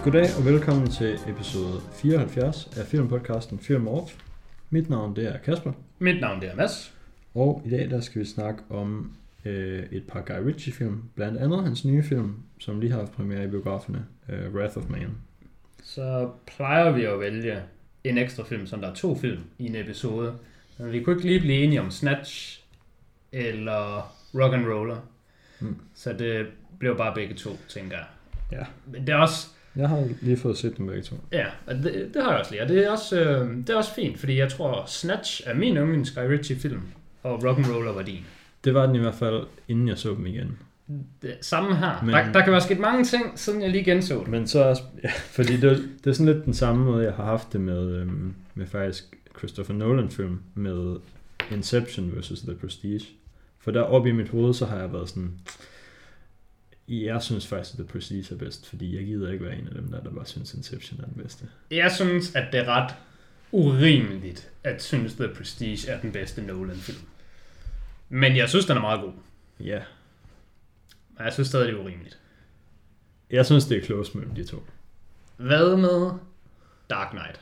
Goddag og velkommen til episode 74 af filmpodcasten Film Off. Mit navn det er Kasper. Mit navn det er Mads. Og i dag der skal vi snakke om et par Guy Ritchie film. Blandt andet hans nye film, som lige har haft premiere i biograferne, Wrath of Man. Så plejer vi at vælge en ekstra film, som der er 2 film i en episode. Men vi kunne ikke lige blive enige om Snatch eller Rock'n'Roller. Så det blev bare begge 2, tænker jeg. Ja. Men det er også... Jeg har lige fået set dem begge 2. Ja, det har jeg også lige. Og det er også fint, fordi jeg tror, Snatch er min yndlings Guy Ritchie-film, og Rock'n'Roller var din. Det var den i hvert fald, inden jeg så dem igen. Samme her. Men, der kan være sket mange ting, siden jeg lige genså det. Men så også, ja, fordi det er sådan lidt den samme måde, jeg har haft det med faktisk Christopher Nolan-film, med Inception versus The Prestige. For deroppe i mit hoved, så har jeg været sådan... Jeg synes faktisk, at The Prestige er bedst, fordi jeg gider ikke være en af dem, der bare synes, Inception er den bedste. Jeg synes, at det er ret urimeligt, at synes, The Prestige er den bedste Nolan-film. Men jeg synes, den er meget god. Ja. Men jeg synes stadig, det er urimeligt. Jeg synes, det er close mellem de 2. Hvad med Dark Knight?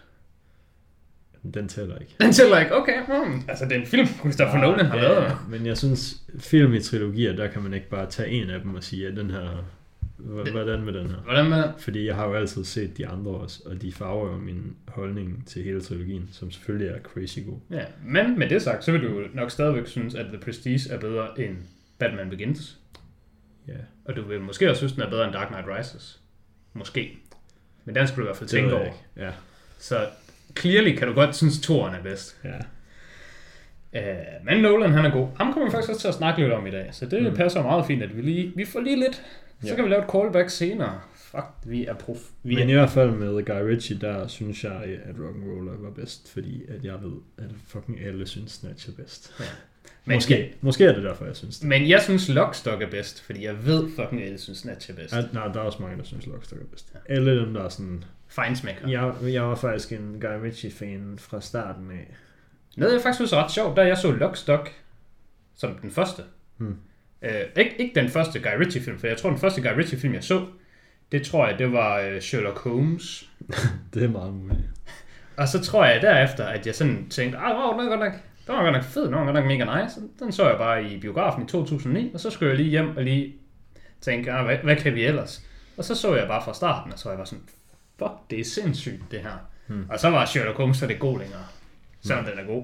Den tæller ikke. Den tæller ikke? Okay. Altså, det er en film, Christopher Nolan har lavet. Men jeg synes, film i trilogier, der kan man ikke bare tage en af dem og sige, at den her... Hvordan med den her? Hvordan med den? Fordi jeg har jo altid set de andre også, og de farver jo min holdning til hele trilogien, som selvfølgelig er crazy god. Ja, men med det sagt, så vil du nok stadigvæk synes, at The Prestige er bedre end Batman Begins. Ja. Og du vil måske også synes, den er bedre end Dark Knight Rises. Måske. Men den skal du i hvert fald tænke over. Ja. Så clearly kan du godt synes, toren er bedst. Ja. Men Nolan, han er god. Ham kommer vi faktisk også til at snakke lidt om i dag. Så det passer meget fint, at vi får lige lidt. Så kan vi lave et callback senere. Fuck, vi er prof. Men i hvert fald med Guy Ritchie, der synes jeg, at Rock'n'Roller var bedst. Fordi at jeg ved, at fucking alle synes Snatch er bedst. Ja. Måske er det derfor, jeg synes det. Men jeg synes Lockstock er bedst, fordi jeg ved fucking alle synes Snatch er bedst. Nej, der er også mange, der synes Lockstock er bedst. Ja. Alle dem, der er sådan... Feinsmaker. Jeg var faktisk en Guy Ritchie-fan fra starten af. Noget jeg faktisk synes er ret sjovt, da jeg så Lockstock som den første. Ikke den første Guy Ritchie-film, for jeg tror, den første Guy Ritchie-film, jeg så, det var Sherlock Holmes. Det er meget muligt. Og så tror jeg derefter, at jeg sådan tænkte, wow, det var godt nok fed, det var godt nok mega nice. Den så jeg bare i biografen i 2009, og så skulle jeg lige hjem og lige tænke, hvad kan vi ellers? Og så jeg bare fra starten, og så var jeg bare sådan, fuck, det er sindssygt det her. Og så var Sherlock Holmes så det god længere, selvom den er god.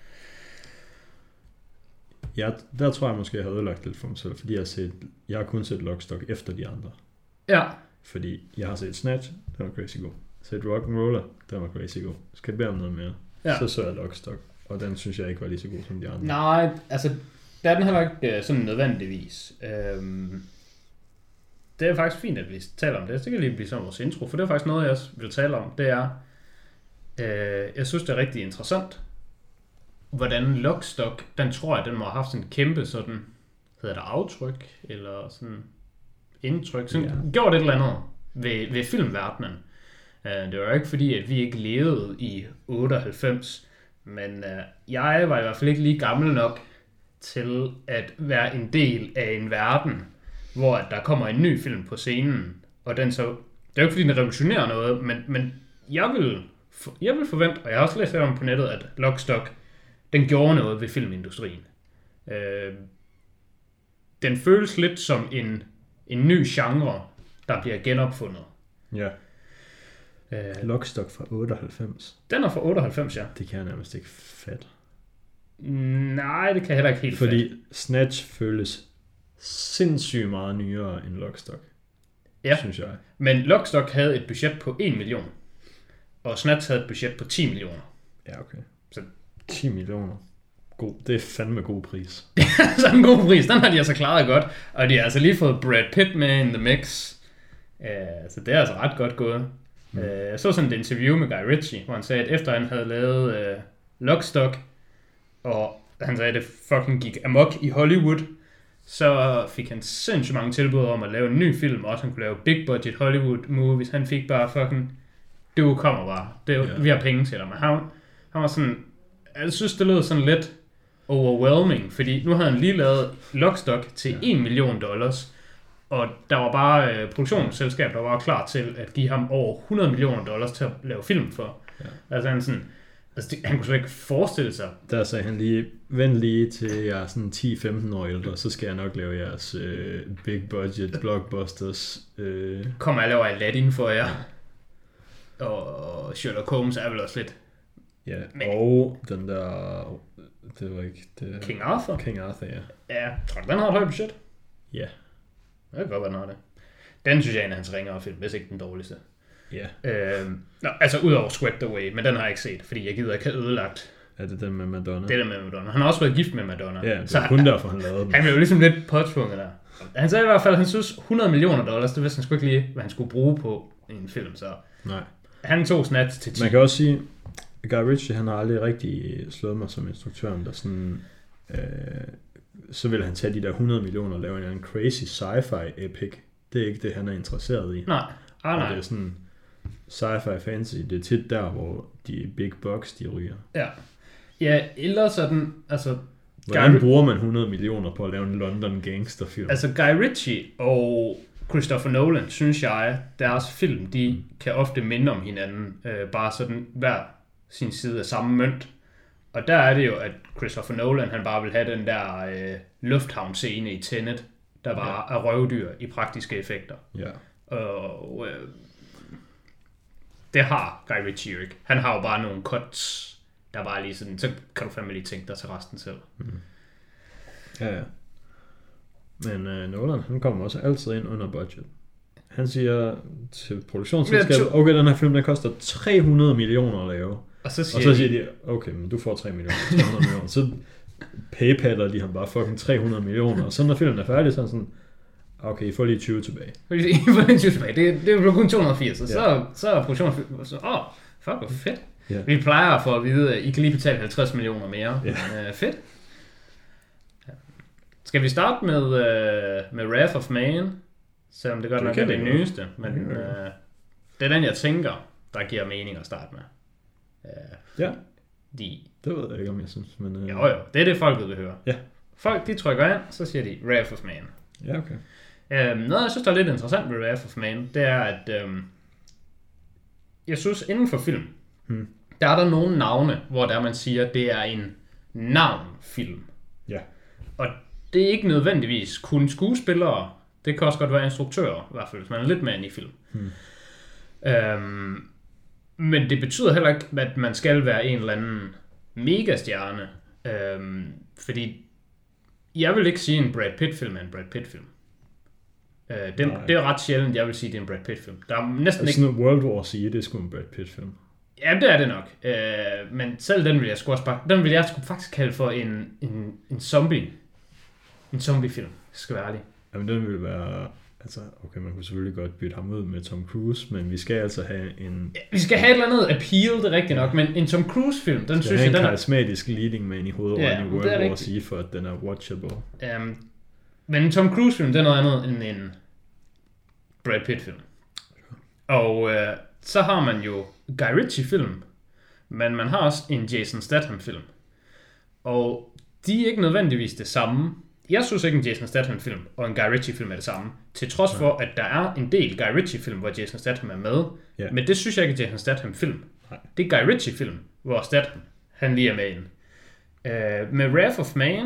Ja, der tror jeg måske, jeg havde ødelagt lidt for mig selv, fordi jeg har kun set Lockstock efter de andre. Ja. Fordi jeg har set Snatch, den var crazy god. Set Rock'n'Roller, den var crazy god. Skal jeg bede om noget mere? Ja. Så jeg Lockstock, og den synes jeg ikke var lige så god som de andre. Nej, altså, der er den heller ikke sådan nødvendigvis. Det er faktisk fint, at vi taler om det. Det kan lige blive sådan vores intro, for det er faktisk noget, jeg vil tale om. Det er, jeg synes, det er rigtig interessant, hvordan Lockstock, den tror jeg, den må have haft sådan en kæmpe sådan, hedder det aftryk, eller sådan indtryk, sådan gjort et eller andet ved filmverdenen. Det var jo ikke fordi, at vi ikke levede i 98, men jeg var i hvert fald ikke lige gammel nok til at være en del af en verden, hvor der kommer en ny film på scenen, og den så, det er jo ikke fordi, den revolutionerer noget, men jeg vil forvente, og jeg har også læst om på nettet, at Lockstock, den gjorde noget ved filmindustrien. Den føles lidt som en ny genre, der bliver genopfundet. Ja. Lockstock fra 98. Den er fra 98, ja. Det kan jeg nærmest ikke fatte. Nej, det kan jeg heller ikke helt fatte. Fordi Snatch føles sindssygt meget nyere end Lockstock. Ja, synes jeg. Men Lockstock havde et budget på 1 million, og Snatch havde et budget på 10 millioner. Ja, okay. Så 10 millioner. God. Det er fandme god pris. Så en god pris, den har de altså klaret godt. Og de har altså lige fået Brad Pitt med in the mix. Så det er altså ret godt gået. Jeg så sådan et interview med Guy Ritchie, hvor han sagde, at efter han havde lavet Lockstock, og han sagde, at det fucking gik amok i Hollywood, så fik han sindssygt mange tilbud om at lave en ny film, og også han kunne lave big budget Hollywood movies. Han fik bare fucking, du kommer bare, vi har penge til dig. Men han var sådan, jeg synes det lød sådan lidt overwhelming, fordi nu havde han lige lavet Lockstock til $1 million, Og der var bare produktionsselskab, der var klar til at give ham over $100 million til at lave film for. Ja. Altså han kunne slet ikke forestille sig. Der sagde han lige, vent lige til jeg er sådan 10-15 år ældre, så skal jeg nok lave jeres big budget blockbusters. Kommer jeg laver Aladdin for jer. Og Sherlock Holmes er vel også lidt. Ja, og den der, det var ikke det. King Arthur. King Arthur, ja. Ja, tror du, den har et højt budget? Ja. Det kan godt være, den har det. Den synes jeg er en af hans ringere film, hvis ikke den dårligste. Ja. Altså udover Swept Away, men den har jeg ikke set, fordi jeg gider ikke have ødelagt. Er det den med Madonna? Det er den med Madonna. Han har også været gift med Madonna. Ja, det er kun derfor, han lavede den. Han blev jo ligesom lidt påtvunget der. Han sagde i hvert fald, at han synes $100 million, det vidste han sgu ikke lige, hvad han skulle bruge på en film, så... Nej. Han tog snat til 10. Man kan også sige, Guy Ritchie, han har aldrig rigtig slået mig som instruktøren, der sådan... så vil han tage de der 100 millioner og lave en crazy sci-fi epic. Det er ikke det, han er interesseret i. Nej. Og det er sådan sci-fi fantasy, det er tit der, hvor de big bucks, de ryger. Ja. Ja, eller sådan, altså... Hvordan bruger man 100 millioner på at lave en London gangsterfilm? Altså Guy Ritchie og Christopher Nolan, synes jeg, deres film, de kan ofte minde om hinanden. Bare sådan hver sin side af samme mønt. Og der er det jo, at Christopher Nolan, han bare vil have den der lufthavn-scene i Tenet, der bare er røvdyr i praktiske effekter. Ja. Og det har Guy Ritchie jo ikke. Han har jo bare nogle cuts, der bare lige sådan, så kan du fandme lige tænke dig til resten selv. Mm. Ja. Men Nolan, han kommer også altid ind under budget. Han siger til produktionsselskabet, okay, den her film, der koster 300 millioner at lave. Og så siger de, okay, men du får 300 millioner. Så paypaller de ham bare fucking 300 millioner. Og så når filmen er færdig, så er sådan, okay, I får lige 20 tilbage. I får lige 20 tilbage. Det er jo kun 280, og så er produktionen fuck, hvor fedt. Yeah. Vi plejer at få at vide, at I kan lige betale 50 millioner mere. Yeah. Fedt. Ja. Skal vi starte med Wrath of Man? Selvom det godt nok er det nyeste. Men det er den, jeg tænker, der giver mening at starte med. Ja. Det ved jeg ikke, om jeg synes. Men, Jo, det er det, folk vil høre. Ja. Folk, de trykker ind, så siger de Wrath of Man. Ja, okay. Noget, jeg synes, der er lidt interessant ved Wrath of Man, det er, at jeg synes, inden for film, der er der nogle navne, hvor der man siger, at det er en navnfilm. Ja. Og det er ikke nødvendigvis kun skuespillere. Det kan også godt være instruktører, i hvert fald, hvis man er lidt mere inde i film. Men det betyder heller ikke, at man skal være en eller anden megastjerne. Fordi jeg vil ikke sige, at en Brad Pitt-film er en Brad Pitt-film. Det er ret sjældent, jeg vil sige, at det er en Brad Pitt-film. Der er næsten ikke... Sådan World War C, det er sgu en Brad Pitt-film. Ja, det er det nok. Men selv den vil jeg sgu også bare... Den vil jeg sgu faktisk kalde for en zombie. En zombiefilm, skal være ærlig. Jamen, den vil være... Altså, okay, man kunne selvfølgelig godt bytte ham ud med Tom Cruise, men vi skal altså have en... Ja, vi skal have et eller andet appeal, det er rigtigt nok, men en Tom Cruise-film, den synes jeg... Den har en karismatisk leading man i hovedrollen i World War C, for at den er watchable. Men en Tom Cruise-film, det er noget andet end en Brad Pitt-film. Og så har man jo Guy Ritchie-film, men man har også en Jason Statham-film. Og de er ikke nødvendigvis det samme. Jeg synes ikke, en Jason Statham-film og en Guy Ritchie-film er det samme. Til trods for, at der er en del Guy Ritchie-film, hvor Jason Statham er med. Yeah. Men det synes jeg ikke er Jason Statham-film. Det er Guy Ritchie-film, hvor Statham, han lige er med ind. Med Wrath of Man,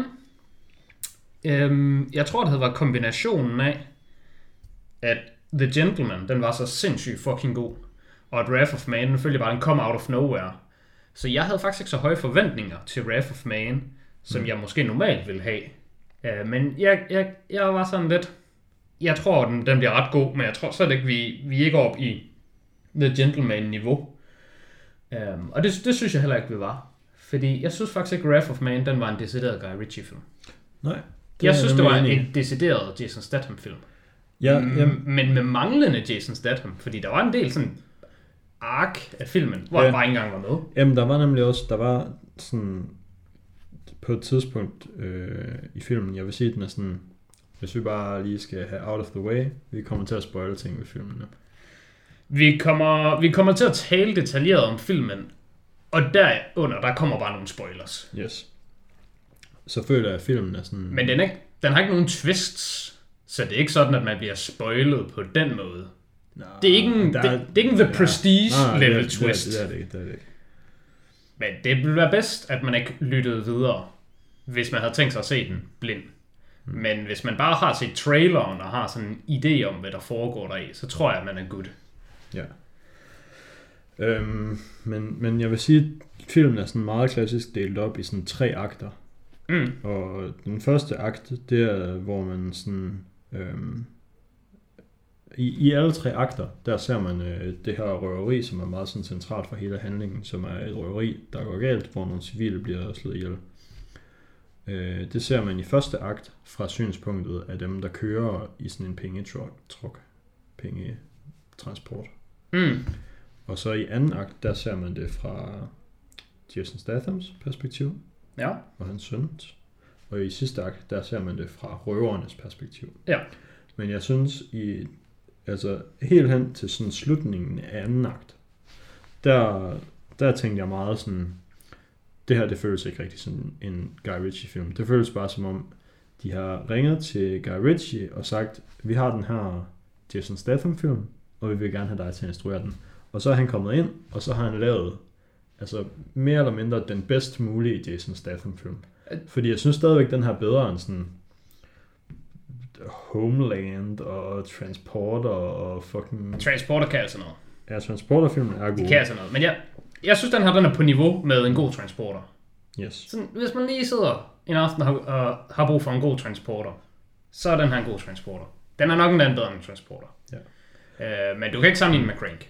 jeg tror, det havde været kombinationen af, at The Gentleman, den var så sindssygt fucking god. Og at Wrath of Man, selvfølgelig bare den kom out of nowhere. Så jeg havde faktisk ikke så høje forventninger til Wrath of Man, som jeg måske normalt ville have. Men jeg var sådan lidt... Jeg tror, den bliver ret god, men jeg tror slet ikke, vi er ikke oppe i The Gentleman-niveau. Og det synes jeg heller ikke, vi var. Fordi jeg synes faktisk ikke, Wrath of Man, den var en decideret Guy Ritchie-film. Nej. Jeg synes, det var en decideret Jason Statham-film. Ja. Men med manglende Jason Statham, fordi der var en del sådan ark af filmen, hvor han bare ikke engang var med. Jamen, der var nemlig også... Der var sådan... På et tidspunkt i filmen, jeg vil sige, den er sådan, hvis vi bare lige skal have out of the way, vi kommer til at spoile ting ved filmen. Vi kommer til at tale detaljeret om filmen, og derunder, der kommer bare nogle spoilers. Yes. Så føler jeg, at filmen er sådan... Men den har ikke nogen twists. Så det er ikke sådan, at man bliver spoilet på den måde. Nå, Det er ikke en The Prestige-level twist. Det er det ikke. Men det ville være bedst, at man ikke lyttede videre, hvis man havde tænkt sig at se den blind. Men hvis man bare har set traileren og har sådan en idé om, hvad der foregår deri, så tror jeg, at man er good. Ja. Men jeg vil sige, at filmen er sådan meget klassisk delt op i sådan 3 akter. Og den første akt, det er, hvor man sådan... I alle 3 akter, der ser man det her røveri, som er meget sådan centralt for hele handlingen, som er et røveri, der går galt, hvor nogle civile bliver slået ihjel. Det ser man i første akt fra synspunktet af dem, der kører i sådan en pengetransport. Og så i anden akt, der ser man det fra Jason Stathams perspektiv, og hans søn. Og i sidste akt, der ser man det fra røvernes perspektiv. Ja. Men jeg synes, helt hen til sådan slutningen af anden akt, der tænkte jeg meget sådan, det her, det føles ikke rigtig sådan en Guy Ritchie-film. Det føles bare som om, de har ringet til Guy Ritchie og sagt, vi har den her Jason Statham-film, og vi vil gerne have dig til at instruere den. Og så er han kommet ind, og så har han lavet mere eller mindre den bedst mulige Jason Statham-film. Fordi jeg synes stadigvæk, den her er bedre end sådan Homeland og Transporter og fucking... Transporter kan altså noget. Ja, Transporter-filmen er god. De kan altså noget. Men jeg synes, den er på niveau med en god Transporter. Yes. Sådan, hvis man lige sidder en aften og har brug for en god Transporter, så er den her en god Transporter. Den er nok en anden bedre end en Transporter. Ja. Men du kan ikke sammenligne med Crank.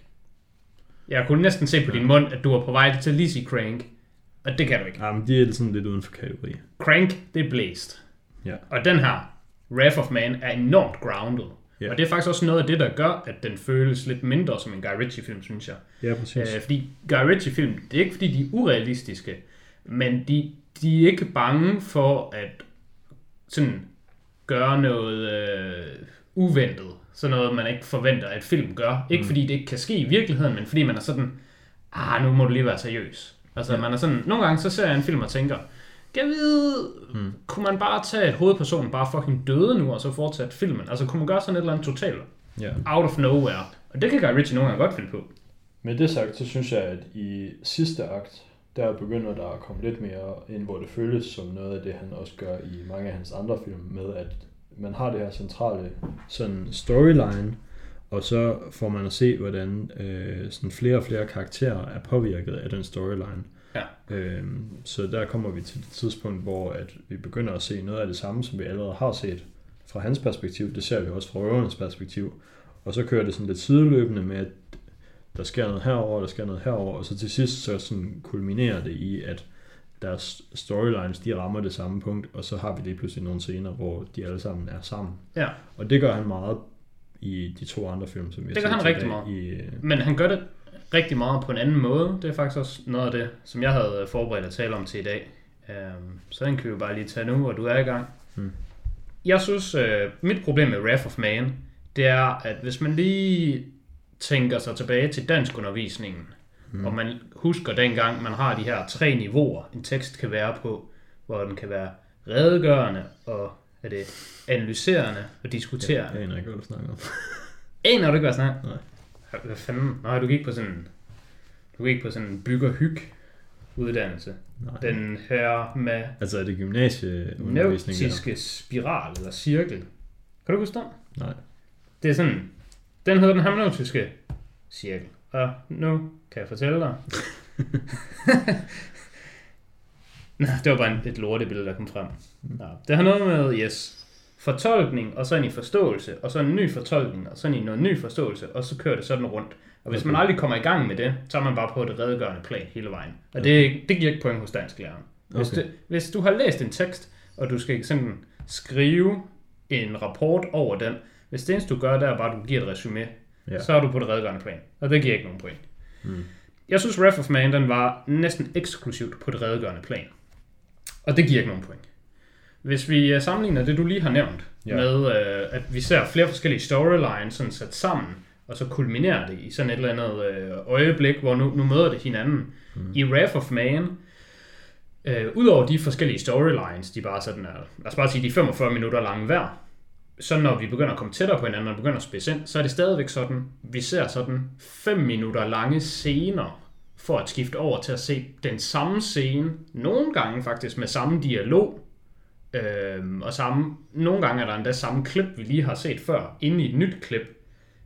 Jeg kunne næsten se på din mund, at du var på vej til at lige sige Crank. Og det kan du ikke. Jamen, de er sådan lidt uden for kategori. Crank, det er blæst. Ja. Og den her, Wrath of Man, er enormt grounded. Ja. Og det er faktisk også noget af det, der gør, at den føles lidt mindre som en Guy Ritchie-film, synes jeg. Ja, præcis. Fordi Guy Ritchie-film, det er ikke fordi, de er urealistiske, men de er ikke bange for at sådan gøre noget uventet. Sådan noget, man ikke forventer, at film gør. Ikke fordi det ikke kan ske i virkeligheden, men fordi man er sådan, nu må du lige være seriøs. Altså man er sådan, nogle gange så ser jeg en film og tænker, kan jeg vide, kunne man bare tage et hovedperson bare fucking døde nu, og så fortsætte filmen? Altså kunne man gøre sådan et eller andet totalt out of nowhere? Og det kan Guy Ritchie nogle gange godt finde på. Med det sagt, så synes jeg, at i sidste akt, der begynder der at komme lidt mere ind, hvor det føles som noget af det, han også gør i mange af hans andre film, med at man har det her centrale sådan storyline, og så får man at se, hvordan sådan flere og flere karakterer er påvirket af den storyline. Ja. Så der kommer vi til et tidspunkt, hvor at vi begynder at se noget af det samme, som vi allerede har set fra hans perspektiv. Det ser vi også fra røvernes perspektiv. Og så kører det sådan lidt sideløbende med, at der sker noget herover, der sker noget herover, og så til sidst så sådan kulminerer det i, at deres storylines, de rammer det samme punkt, og så har vi lige pludselig nogle scener, hvor de alle sammen er sammen. Ja. Og det gør han meget i de 2 andre film, som vi har set. Det gør han rigtig meget. Men han gør det rigtig meget på en anden måde. Det er faktisk også noget af det, som jeg havde forberedt at tale om til i dag. Så den kan vi jo bare lige tage nu, hvor du er i gang. Jeg synes, mit problem med Wrath of Man, det er, at hvis man lige tænker sig tilbage til danskundervisningen, og man husker dengang, man har de her 3 niveauer, en tekst kan være på, hvor den kan være redegørende, og er det analyserende og diskuterende. Jeg aner ikke, hvad du snakker om. Aner du ikke, hvad jeg snakker? Nej. Hvad fanden? Nej, du gik på sådan en bygger-hyg uddannelse. Nej. Den her med... Altså er det gymnasieundervisning? Nautiske spiral eller cirkel. Kan du huske den? Nej. Det er sådan... Den hedder den hermeneutiske cirkel. Og nu kan jeg fortælle dig. Nå, det var bare et lortebillede, der kom frem. Nå, det har noget med, fortolkning, og så en i forståelse, og så en ny fortolkning, og så en ny forståelse, og så kører det sådan rundt. Og hvis man aldrig kommer i gang med det, så er man bare på et redegørende plan hele vejen. Og det giver ikke point hos dansklæreren. Hvis du har læst en tekst, og du skal sådan skrive en rapport over den, hvis det eneste du gør, der er bare, at du giver et resume, så er du på det redegørende plan. Og det giver ikke nogen point. Jeg synes, Wrath of Man, den var næsten eksklusivt på det redegørende plan. Og det giver ikke nogen point. Hvis vi sammenligner det, du lige har nævnt, med at vi ser flere forskellige storylines sådan sat sammen, og så kulminerer det i sådan et eller andet øjeblik, hvor nu møder det hinanden. I Wrath of Man, udover de forskellige storylines, de bare sådan er, lad os bare sige, de 45 minutter lange hver, så når vi begynder at komme tættere på hinanden, og begynder at spidse ind, så er det stadigvæk sådan, vi ser sådan 5 minutter lange scener, for at skifte over til at se den samme scene, nogle gange faktisk med samme dialog, og nogle gange er der endda samme klip, vi lige har set før, inde i et nyt klip.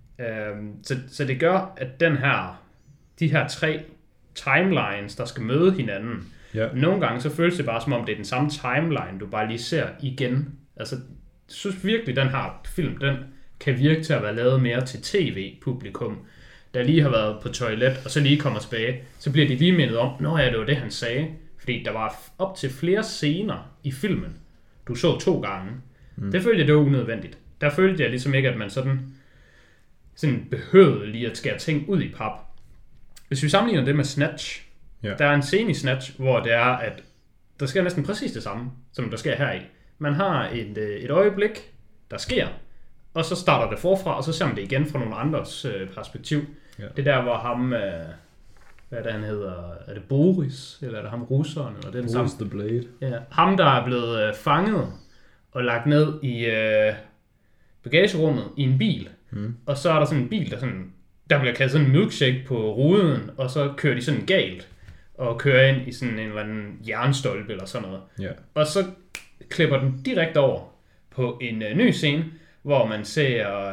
Så det gør, at de her 3 timelines, der skal møde hinanden, nogle gange så føles det bare som om, det er den samme timeline, du bare lige ser igen. Altså, jeg synes virkelig, den her film, den kan virke til at være lavet mere til tv-publikum, der lige har været på toilet, og så lige kommer tilbage, så bliver de lige mindet om, det var det, han sagde. Fordi der var op til flere scener i filmen, du så 2 gange. Det følte jeg, det var unødvendigt. Der følte jeg ligesom ikke, at man sådan behøvede lige at skære ting ud i pap. Hvis vi sammenligner det med Snatch, der er en scene i Snatch, hvor det er, at der sker næsten præcis det samme, som der sker her i. Man har et øjeblik, der sker, og så starter det forfra, og så ser man det igen fra nogle andres perspektiv. Ja. Det der, hvor ham, hvad er det han hedder, er det Boris, eller er det ham russeren, eller det er den Boris samme? the Blade. Ja, ham der er blevet fanget og lagt ned i bagagerummet i en bil, og så er der sådan en bil, der bliver kastet sådan en milkshake på ruden, og så kører de sådan galt, og kører ind i sådan en eller anden jernstolpe eller sådan noget. Ja. Og så klipper den direkte over på en ny scene, hvor man ser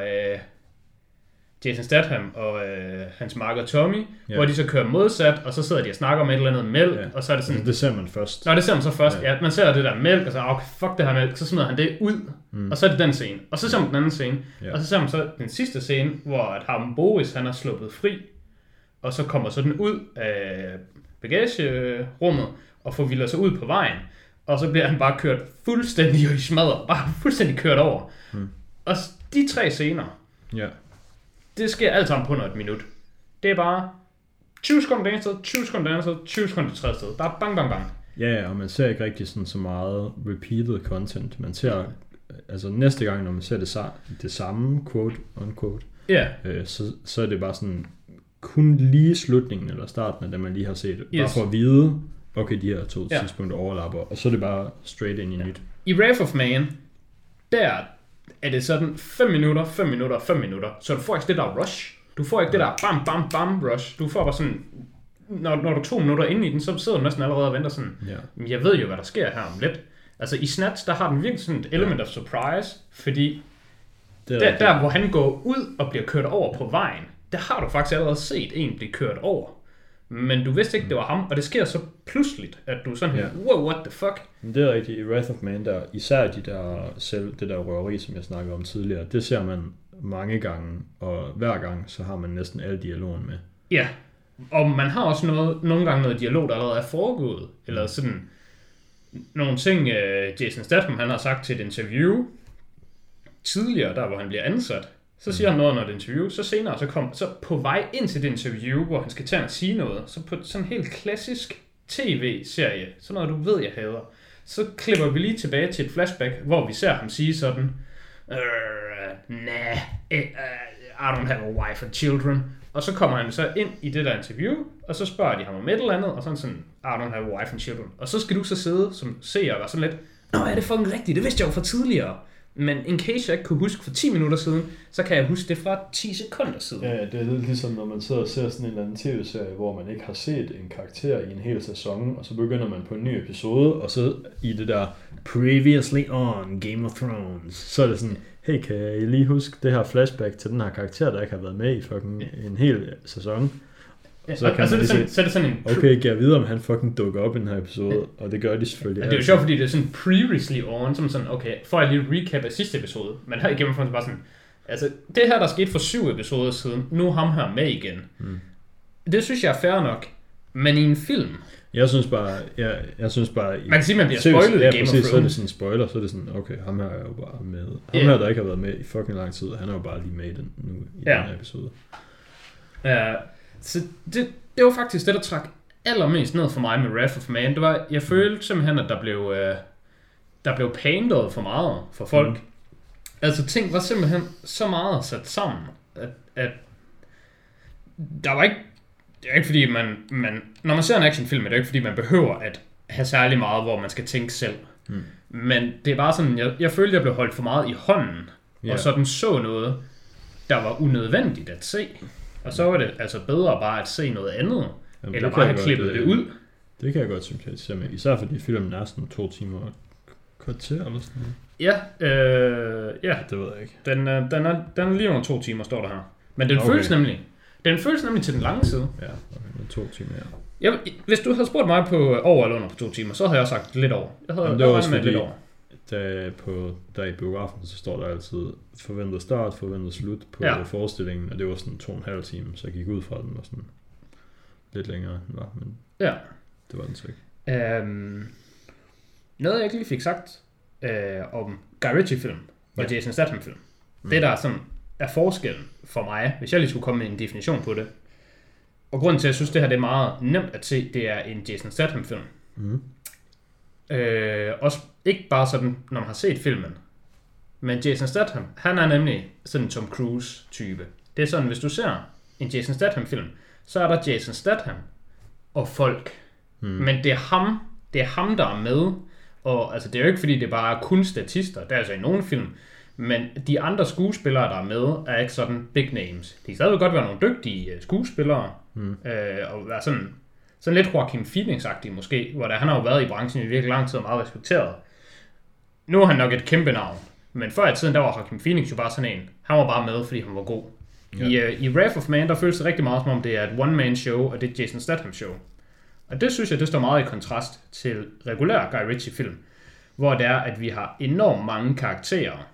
Jason Statham og hans makker Tommy, hvor de så kører modsat, og så sidder de og snakker om et eller andet mælk, og så er det sådan... Altså, det ser man først. Nå, det ser man så først, ja. Man ser det der mælk, og så okay, fuck det her mælk, så smider han det ud, og så er det den scene. Og så ser man den anden scene, og så ser man så den sidste scene, hvor at ham Boris, han er sluppet fri, og så kommer sådan ud af bagagerummet, og får vildt sig ud på vejen, og så bliver han bare kørt fuldstændig i smadret, bare fuldstændig kørt over. Og de 3 scener, det sker alt sammen på under 1 minut. Det er bare 20 sekunder det ene sted, 20 sekunder det andet sted, 20 sekunder det tredje sted. Bare bang, bang, bang. Ja, og man ser ikke rigtig sådan så meget repeated content. Man ser, altså næste gang, når man ser det samme, quote, unquote, så er det bare sådan, kun lige slutningen eller starten af det, man lige har set. Bare for at vide, okay, de her 2 tidspunkter overlapper, og så er det bare straight ind i nyt. I Wrath of Man, der er det sådan 5 minutter, 5 minutter, 5 minutter, så du får ikke det der rush. Du får ikke det der bam, bam, bam rush. Du får bare sådan, når du er 2 minutter inde i den, så sidder du næsten allerede og venter sådan, jeg ved jo, hvad der sker her om lidt. Altså i Snatch, der har den virkelig sådan et element of surprise, fordi der hvor han går ud og bliver kørt over på vejen, der har du faktisk allerede set en blive kørt over. Men du vidste ikke, det var ham, og det sker så pludseligt, at du sådan her, wow, what the fuck? Det er rigtigt. I Wrath of Man, der især det der røveri, som jeg snakkede om tidligere, det ser man mange gange, og hver gang, så har man næsten al dialogen med. Ja, og man har også nogle gange noget dialog, der allerede er foregået, eller sådan nogle ting, Jason Statham, han har sagt til et interview tidligere, der hvor han bliver ansat. Så siger han noget under et interview, så senere så på vej ind til det interview, hvor han skal tage og sige noget, så på sådan en helt klassisk tv-serie, sådan noget du ved, jeg hader, så klipper vi lige tilbage til et flashback, hvor vi ser ham sige sådan, I don't have a wife and children. Og så kommer han så ind i det der interview, og så spørger de ham om et eller andet, og sådan, I don't have a wife and children. Og så skal du så sidde som seer og være sådan lidt, er det fucking rigtigt, det vidste jeg jo fra tidligere. Men in case jeg ikke kunne huske for 10 minutter siden, så kan jeg huske det fra 10 sekunder siden. Ja, det er lidt ligesom, når man sidder og ser sådan en eller anden tv-serie, hvor man ikke har set en karakter i en hel sæson, og så begynder man på en ny episode, og så i det der Previously on Game of Thrones, så er det sådan, hey, kan I lige huske det her flashback til den her karakter, der ikke har været med i fucking en hel sæson? Ja, så er det sådan en... Okay, kan jeg vide, om han fucking dukker op i den her episode, og det gør de selvfølgelig. Ja, det er jo sjovt, fordi det er sådan previously on, som sådan, okay, får jeg lige recap af sidste episode, men her igennem bare sådan, altså, det her, der skete for 7 episoder siden, nu er ham her med igen. Det synes jeg er fair nok, men i en film... Jeg synes bare... Man kan sige, man bliver spoilet i Game of Thrones. Så er det sådan en spoiler, så er det sådan, okay, ham her er jo bare med. Ham her, der ikke har været med i fucking lang tid, han er jo bare lige med i den nu, i den her episode. Så det var faktisk det, der trak allermest ned for mig med Wrath of Man. Det var, jeg følte simpelthen, at der blev panderet for meget for folk. Altså ting var simpelthen så meget sat sammen, at der var ikke... Det er ikke fordi, man når man ser en actionfilm, er det ikke fordi, man behøver at have særlig meget, hvor man skal tænke selv. Men det er bare sådan, jeg følte, jeg blev holdt for meget i hånden og sådan så noget, der var unødvendigt at se. Og så var det altså bedre bare at se noget andet, eller bare have klippet det ud. Det kan jeg godt sympatisere med, især fordi filmen er sådan 2 timer og kvarter eller sådan noget. Ja, det ved jeg ikke. Den er lige under 2 timer, står der her. Men den føles nemlig til den lange side. Ja, okay, 2 timer, Hvis du havde spurgt mig på over eller under på 2 timer, så havde jeg også sagt lidt over. Jeg havde det var også med lidt over. Der i biografen, så står der altid forventet start, forventet slut på forestillingen, og det var sådan 2,5 timer, så jeg gik ud fra den og sådan lidt længere end var, men det var den så ikke. Noget jeg ikke lige fik sagt om Guy Ritchie-film og Jason Statham-film, det der sådan er forskellen for mig, hvis jeg lige skulle komme med en definition på det, og grunden til at jeg synes det her det er meget nemt at se, det er en Jason Statham-film. Også ikke bare sådan, når man har set filmen, men Jason Statham, han er nemlig sådan en Tom Cruise-type. Det er sådan, hvis du ser en Jason Statham-film, så er der Jason Statham og folk. Men det er ham, der er med. Og altså, det er jo ikke, fordi det bare er kun statister. Det er altså i nogle film. Men de andre skuespillere, der er med, er ikke sådan big names. De kan stadig godt være nogle dygtige skuespillere. Og være sådan lidt Joaquin Phoenix-agtig måske. Hvor han har jo været i branchen i virkelig lang tid og meget respekteret. Nu er han nok et kæmpe navn. Men før i tiden, der var Joaquin Phoenix jo bare sådan en. Han var bare med, fordi han var god. I Wrath of Man, der føles det rigtig meget som om, det er et one-man show, og det er Jason Statham show. Og det synes jeg, det står meget i kontrast til regulær Guy Ritchie-film, hvor det er, at vi har enormt mange karakterer,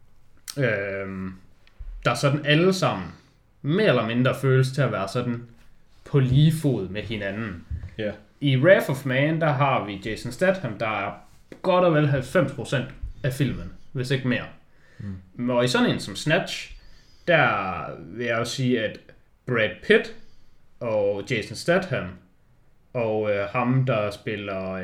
der sådan alle sammen mere eller mindre føles til at være sådan på lige fod med hinanden. Yeah. I Wrath of Man, der har vi Jason Statham, der er godt og vel 90% af filmen, hvis ikke mere. Og i sådan en som Snatch, der vil jeg jo sige, at Brad Pitt og Jason Statham og ham, der spiller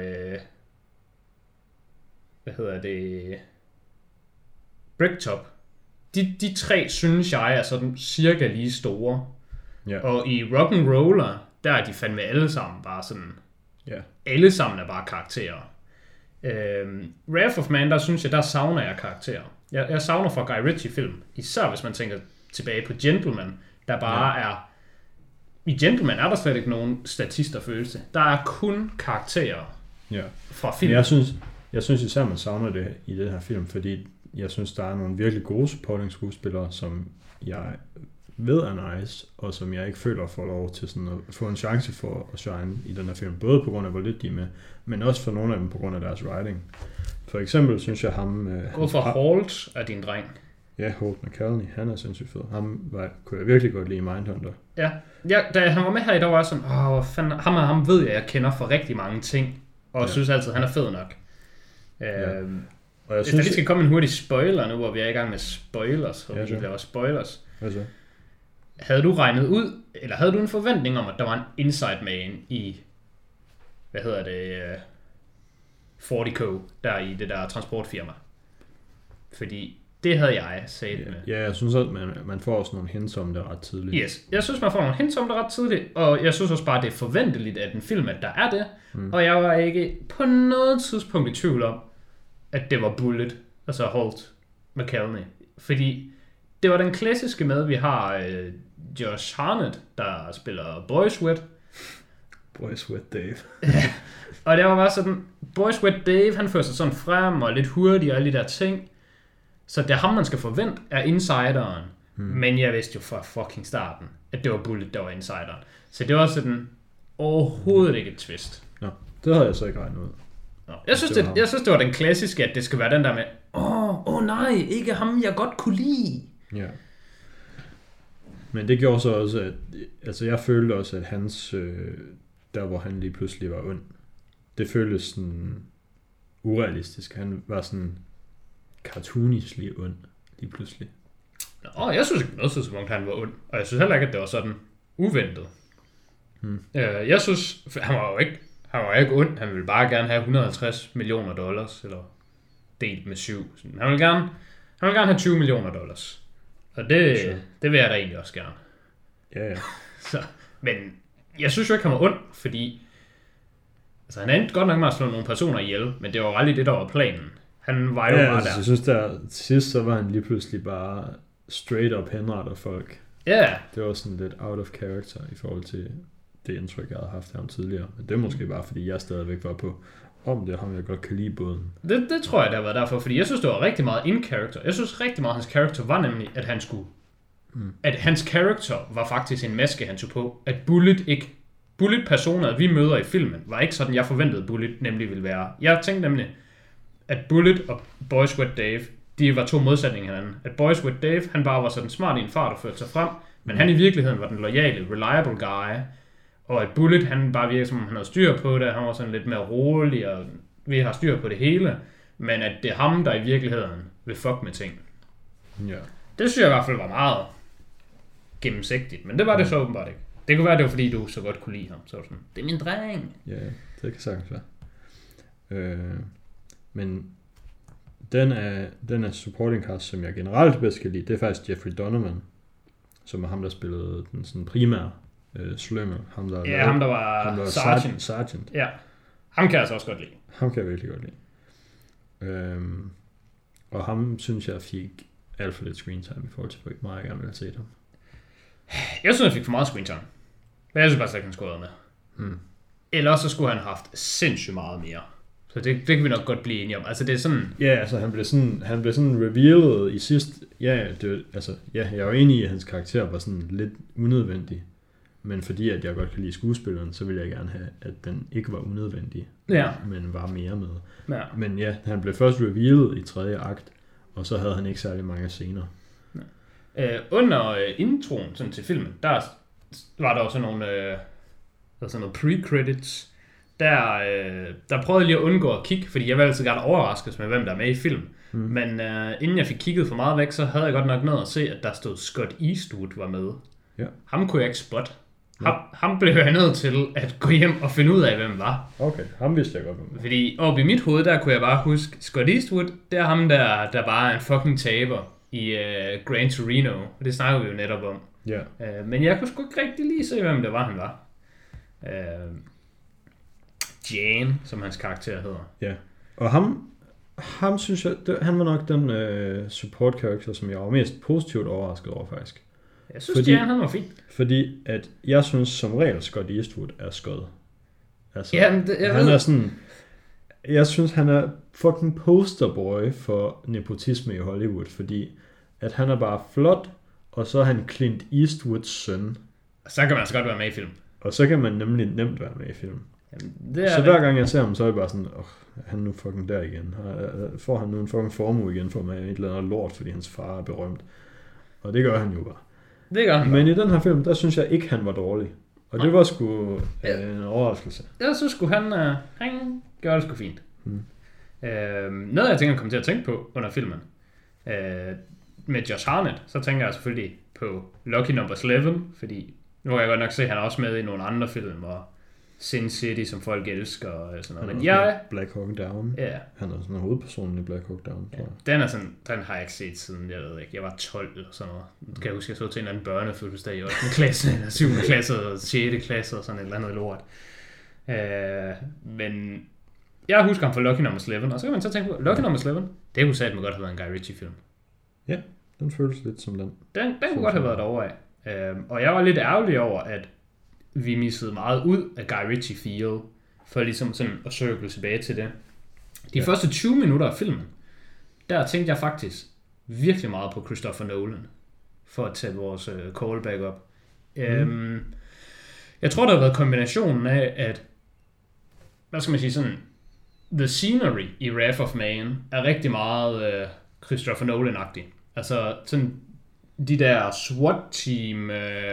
Bricktop, de 3 synes jeg er sådan cirka lige store. Og i Rock'n'Roller, der er de fandme alle sammen bare sådan, alle sammen er bare karakterer. Wrath of Man, der synes jeg, der savner jeg karakterer. Jeg savner fra Guy Ritchie-film, især hvis man tænker tilbage på Gentleman, der bare er... I Gentleman er der slet ikke nogen statisterfølelse. Der er kun karakterer fra filmen. Jeg synes især, man savner det i den her film, fordi jeg synes, der er nogle virkelig gode supporting skuespillere, som jeg ved er nice, og som jeg ikke føler får lov til sådan at få en chance for at shine i den her film. Både på grund af, hvor lidt de er med, men også for nogle af dem på grund af deres writing. For eksempel synes jeg ham... Gå for Holt er din dreng. Ja, Holt McCallany, han er sindssygt fed. Kunne jeg virkelig godt lide i Mindhunter. Ja, da han var med her i dag, var jeg sådan, ham ved jeg kender for rigtig mange ting, og synes altid, han er fed nok. Og hvis der lige skal komme en hurtig spoiler nu, hvor vi er i gang med spoilers, og vi laver spoilers. Hvad så? Havde du regnet ud, eller havde du en forventning om, at der var en inside man i, 40Co, der i det der transportfirma? Fordi det havde jeg sagt med. Ja, jeg synes også, at man får også nogle hints om det ret tidligt. Yes, jeg synes, man får nogle hints om det ret tidligt, og jeg synes også bare, det er forventeligt af den film, at der er det. Og jeg var ikke på noget tidspunkt i tvivl om, at det var Bullet, altså Holt McCallany. Fordi det var den klassiske med, vi har Josh Hartnett, der spiller Boys Wet. Boys Wet Dave. Og det var bare sådan, Boys Wet Dave, han fører sig sådan frem og lidt hurtigt og alle de der ting. Så det er ham, man skal forvente, er insideren. Men jeg vidste jo fra fucking starten, at det var Bullet, der var insideren. Så det var sådan overhovedet ikke et twist. Nå, det havde jeg så ikke regnet ud. Jeg synes, det var den klassiske, at det skal være den der med, nej, ikke ham, jeg godt kunne lide. Ja. Men det gjorde så også, at altså jeg følte også, at hans, der hvor han lige pludselig var ond, det føltes sådan urealistisk. Han var sådan cartoonish lige ond, lige pludselig. Jeg synes ikke noget tidspunkt, han var ond. Og jeg synes heller ikke, at det var sådan uventet. Jeg synes, han var ikke ond. Han ville bare gerne have $150 million, eller delt med 7. Han ville gerne have $20 million. Og det vil jeg da egentlig også gerne. Ja. Men jeg synes jo ikke, han var ond, fordi altså, han endte godt nok med at slå nogle personer ihjel, men det var aldrig det, der var planen. Han var jo bare der. Jeg synes, der sidst så var han lige pludselig bare straight up henretter folk. Ja. Det var sådan lidt out of character i forhold til det indtryk, jeg havde haft af ham tidligere. Men det er måske bare, fordi jeg stadigvæk var på, om det er ham, jeg godt kan lide båden. Det tror jeg, der var derfor, fordi jeg synes, det var rigtig meget in character. Jeg synes rigtig meget, hans character var nemlig, at han skulle... At hans character var faktisk en maske, han tog på. At Bullet-personer, vi møder i filmen, var ikke sådan, jeg forventede Bullet nemlig ville være. Jeg tænkte nemlig, at Bullet og Boys with Dave, de var to modsætninger hinanden. At Boys with Dave, han bare var sådan smart i en fart og førte sig frem, men han i virkeligheden var den loyale, reliable guy. Og at Bullet, han bare virkede som om han havde styr på det, han var sådan lidt mere rolig, og vi har styr på det hele. Men at det er ham, der i virkeligheden vil fuck med ting. Ja. Det synes jeg i hvert fald var meget gennemsigtigt, men det var det så åbenbart ikke. Det kunne være, det var fordi, du så godt kunne lide ham. Så var sådan, det er min dreng. Ja, det kan sagtens være. Men den er supporting cast, som jeg generelt bedst kan lide, det er faktisk Jeffrey Donovan, som er ham, der spillede den sådan primære slømmel. Ham, der var Sergeant. Ja, ham kan jeg altså også godt lide. Ham kan jeg virkelig godt lide. Og ham synes jeg fik alt for lidt screen time i forhold til, hvor meget jeg gerne ville have set ham. Jeg synes, han fik for meget screen time. Men jeg synes bare slet ikke, han skulle have med. Ellers så skulle han have haft sindssygt meget mere. Så det kan vi nok godt blive enige om. Altså det er sådan... Ja, altså han blev sådan revealet i sidst. Ja, jeg er jo enig i, at hans karakter var sådan lidt unødvendig. Men fordi at jeg godt kan lide skuespilleren, så ville jeg gerne have, at den ikke var unødvendig. Ja. Men var mere med. Ja. Men ja, han blev først revealet i 3. akt, og så havde han ikke særlig mange scener. Under introen sådan til filmen, der var der også nogle pre-credits. Der prøvede jeg lige at undgå at kigge, fordi jeg ville altid gerne overraskes med, hvem der er med i film. Men inden jeg fik kigget for meget væk, så havde jeg godt nok nået at se, at der stod Scott Eastwood var med. Ja. Ham kunne jeg ikke spotte. Ham blev jeg nødt til at gå hjem og finde ud af, hvem var. Okay, ham vidste jeg godt, hvem var. Fordi oppe i mit hoved, der kunne jeg bare huske, Scott Eastwood, det er ham, der bare er en fucking taber i Gran Torino. Og det snakker vi jo netop om. Ja. Men jeg kunne sgu ikke rigtig lige se, hvem det var, han var. Jane, som hans karakter hedder. Ja, og ham synes jeg, han var nok den support character, som jeg var mest positivt overrasket over, faktisk. Jeg synes, Jane, han var fint. Fordi at jeg synes som regel, Scott Eastwood er skød. Altså, han er sådan... Jeg synes, han er fucking posterboy for nepotisme i Hollywood, fordi at han er bare flot, og så er han Clint Eastwoods søn. Så kan man altså godt være med i film. Og så kan man nemlig nemt være med i film. Jamen, så hver gang jeg ser ham, så er jeg bare sådan, han er nu fucking der igen. Får han nu en fucking formue igen for mig et eller andet lort, fordi hans far er berømt. Og det gør han jo bare. Det gør han Men i den her film, der synes jeg ikke, han var dårlig. Og det var sgu en overraskelse. Jeg synes sgu, han gør det sgu fint. Noget jeg tænker, jeg kommer til at tænke på under filmen, med Josh Hartnett, så tænker jeg selvfølgelig på Lucky Number 11, fordi nu kan jeg godt nok se, at han er også med i nogle andre film, og Sin City, som folk elsker, og sådan noget. Men Black Hawk Down. Ja. Han er sådan hovedpersonen i Black Hawk Down, tror jeg. Den har jeg ikke set siden, jeg ved ikke, jeg var 12 eller sådan noget. Kan jeg huske, jeg så til en anden børnefødselsdag i 8. klasse, eller 7. klasse, eller 6. klasse, og sådan et eller andet lort. Men jeg husker ham fra Lucky Number 11, og så kan man så tænke på, Lucky Number 11, det kunne satme godt have været en Guy Ritchie-film. Ja, den føles lidt som den. Den kunne godt have været derovre af. Og jeg var lidt ærgerlig over, at vi missede meget ud af Guy Ritchie feel, for ligesom sådan at circle tilbage til det. De første 20 minutter af filmen, der tænkte jeg faktisk virkelig meget på Christopher Nolan, for at tage vores callback op. Jeg tror, der har været kombinationen af, at, hvad skal man sige, sådan, the scenery i Wrath of Man er rigtig meget Christopher Nolan-agtig. Altså sådan de der SWAT-team,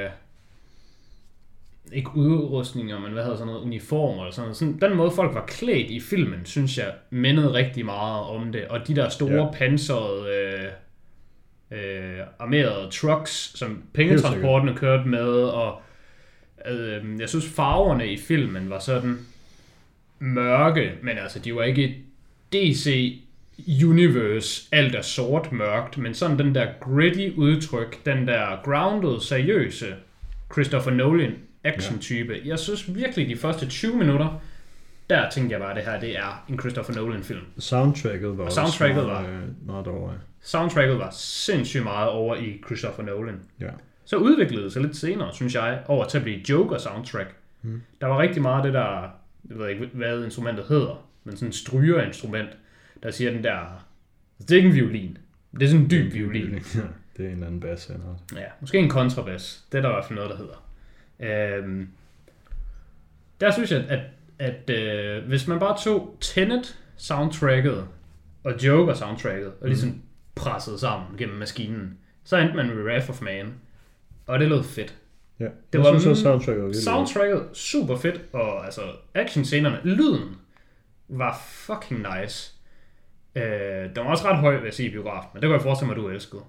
ikke udrustninger, men hvad hedder sådan noget, uniformer eller sådan noget. Den måde folk var klædt i filmen, synes jeg mindede rigtig meget om det. Og de der store pansrede armerede trucks, som pengetransporterne kørte med, og jeg synes farverne i filmen var sådan mørke, men altså de var ikke DC Universe, alt er sort mørkt, men sådan den der gritty udtryk, den der grounded, seriøse Christopher Nolan action-type. Jeg synes virkelig, de første 20 minutter, der tænkte jeg bare, at det her, det er en Christopher Nolan-film. Soundtracket var meget over. Soundtracket var sindssygt meget over i Christopher Nolan. Ja. Så udviklede det sig lidt senere, synes jeg, over til at blive Joker-soundtrack. Der var rigtig meget af det der, jeg ved ikke, hvad instrumentet hedder, men sådan en strygerinstrument, der siger den der, det er ikke en violin, det er sådan en dyb violin. Ja, det er en eller anden bass. Ja, måske en kontrabas, det er der i hvert fald noget, der hedder. Der synes jeg, at hvis man bare tog Tenet-soundtracket og Joker-soundtracket, og ligesom pressede sammen gennem maskinen, så endte man med Wrath of Man. Og det lød fedt. Ja, det var synes, soundtracket super fedt, og altså actionscenerne, lyden var fucking nice. Den var også ret høj, vil jeg sige, i biografen, men det kan jeg forestille mig, du elskede.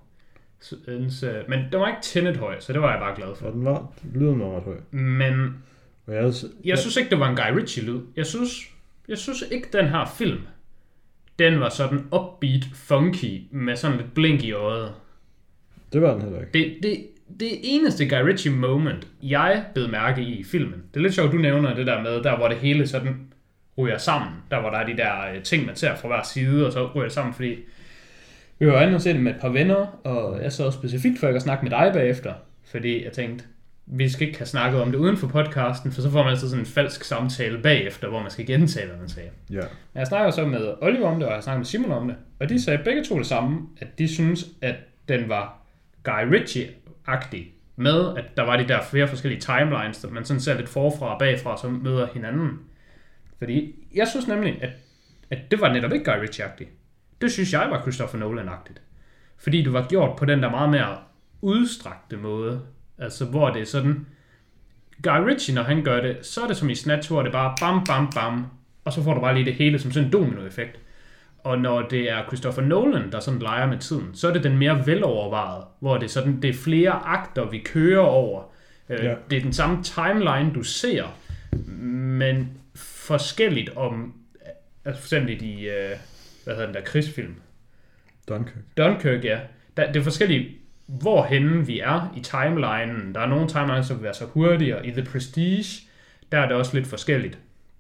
Men den var ikke Tenet høj, så det var jeg bare glad for. Ja, lyden var ret høj. Men jeg synes ikke, det var en Guy Ritchie-lyd. Jeg synes ikke, den her film, den var sådan upbeat, funky, med sådan lidt blink i øjet. Det var den heller ikke. Det eneste Guy Ritchie moment, jeg bed mærke i filmen, det er lidt sjovt, du nævner det der med, der hvor det hele sådan ryger sammen, der hvor der er de der ting, man ser fra hver side, og så ryger det sammen, fordi vi var inde og se det med et par venner, og jeg så specifikt for ikke at snakke med dig bagefter, fordi jeg tænkte, vi skal ikke have snakket om det uden for podcasten, for så får man altså sådan en falsk samtale bagefter, hvor man skal gentage, hvad man sagde. Ja. Jeg snakker så med Oliver om det, og jeg snakker med Simon om det, og de sagde begge to det samme, at de synes, at den var Guy Ritchie-agtig, med at der var de der flere forskellige timelines, der man sådan ser lidt forfra og bagfra, så møder hinanden. Fordi jeg synes nemlig, at det var netop ikke Guy Ritchie-agtigt. Det synes jeg var Christopher Nolan-agtigt. Fordi du var gjort på den der meget mere udstrakte måde. Altså hvor det er sådan, Guy Ritchie, når han gør det, så er det som i Snatch, hvor det bare bam, bam, bam, og så får du bare lige det hele som sådan en domino-effekt. Og når det er Christopher Nolan, der sådan leger med tiden, så er det den mere velovervejet, hvor det er sådan, det er flere akter, vi kører over. Ja. Det er den samme timeline, du ser, men forskelligt om, altså for eksempel i de, hvad hedder den der krigsfilm? Dunkirk, ja. Det er forskelligt, hvorhenne vi er i timelinen. Der er nogle timelines, som vil være så hurtigere. I The Prestige, der er det også lidt forskelligt.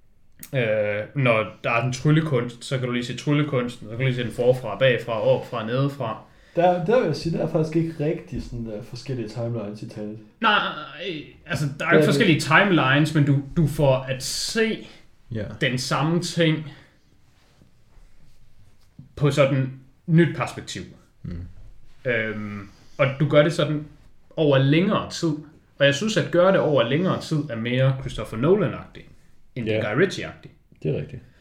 Når der er den tryllekunst, så kan du lige se tryllekunsten, så kan du lige se den forfra, bagfra, opfra, nedefra. Der vil jeg sige, der er faktisk ikke rigtig sådan der forskellige timelines i Tenet. Nej, altså der er ikke forskellige timelines, men du får at se den samme ting på sådan nyt perspektiv. Og du gør det sådan over længere tid. Og jeg synes, at gøre det over længere tid er mere Christopher Nolan-agtigt, end det Guy Ritchie-agtigt. Det er rigtigt.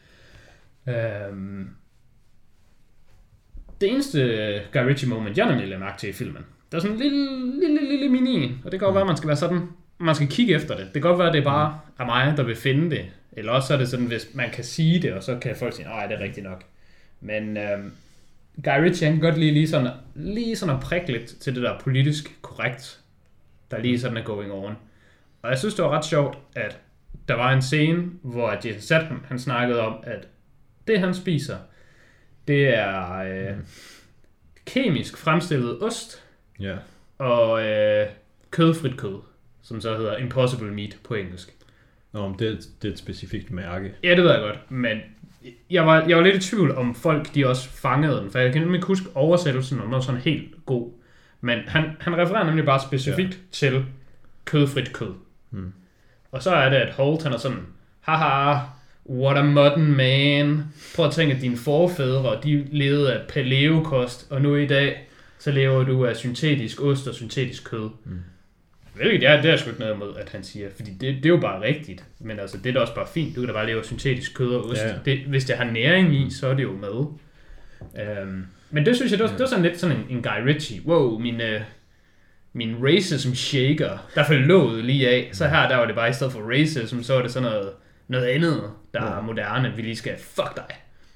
Det eneste Guy Ritchie-moment, jeg nemlig lader mærke til i filmen, der er sådan en lille mini, og det kan godt være, at man skal være sådan, man skal kigge efter det. Det kan godt være, at det bare er mig, der vil finde det. Eller også er det sådan, hvis man kan sige det, og så kan folk sige, nej, det er rigtigt nok. Men Guy Ritchie, han kan godt lige sådan at prikke lidt til det der politisk korrekt, der lige sådan er going on. Og jeg synes, det var ret sjovt, at der var en scene, hvor Jason Statham, han snakkede om, at det han spiser, det er kemisk fremstillet ost og kødfrit kød, som så hedder Impossible Meat på engelsk. Nå, det er et specifikt mærke. Ja, det ved jeg godt, men jeg var lidt i tvivl om folk, de også fangede den, for jeg kan nemlig huske oversættelsen, om noget sådan helt god. Men han refererer nemlig bare specifikt til kødfrit kød. Og så er det, at Holt, han er sådan, haha, what a modern man. Prøv at tænke, at dine forfædre, de levede af paleokost, og nu i dag, så lever du af syntetisk ost og syntetisk kød. Hvilket det er sgu ikke noget imod, at han siger, fordi det er jo bare rigtigt. Men altså, det er da også bare fint. Du kan da bare leve af syntetisk kød og ost. Ja. Hvis det har næring i, så er det jo med. Men det synes jeg, det var sådan lidt sådan en Guy Ritchie. Wow, min racism shaker, der faldt låget lige af. Så der var det bare i stedet for racism, så var det sådan noget andet, der er moderne. Vi lige skal, fuck dig.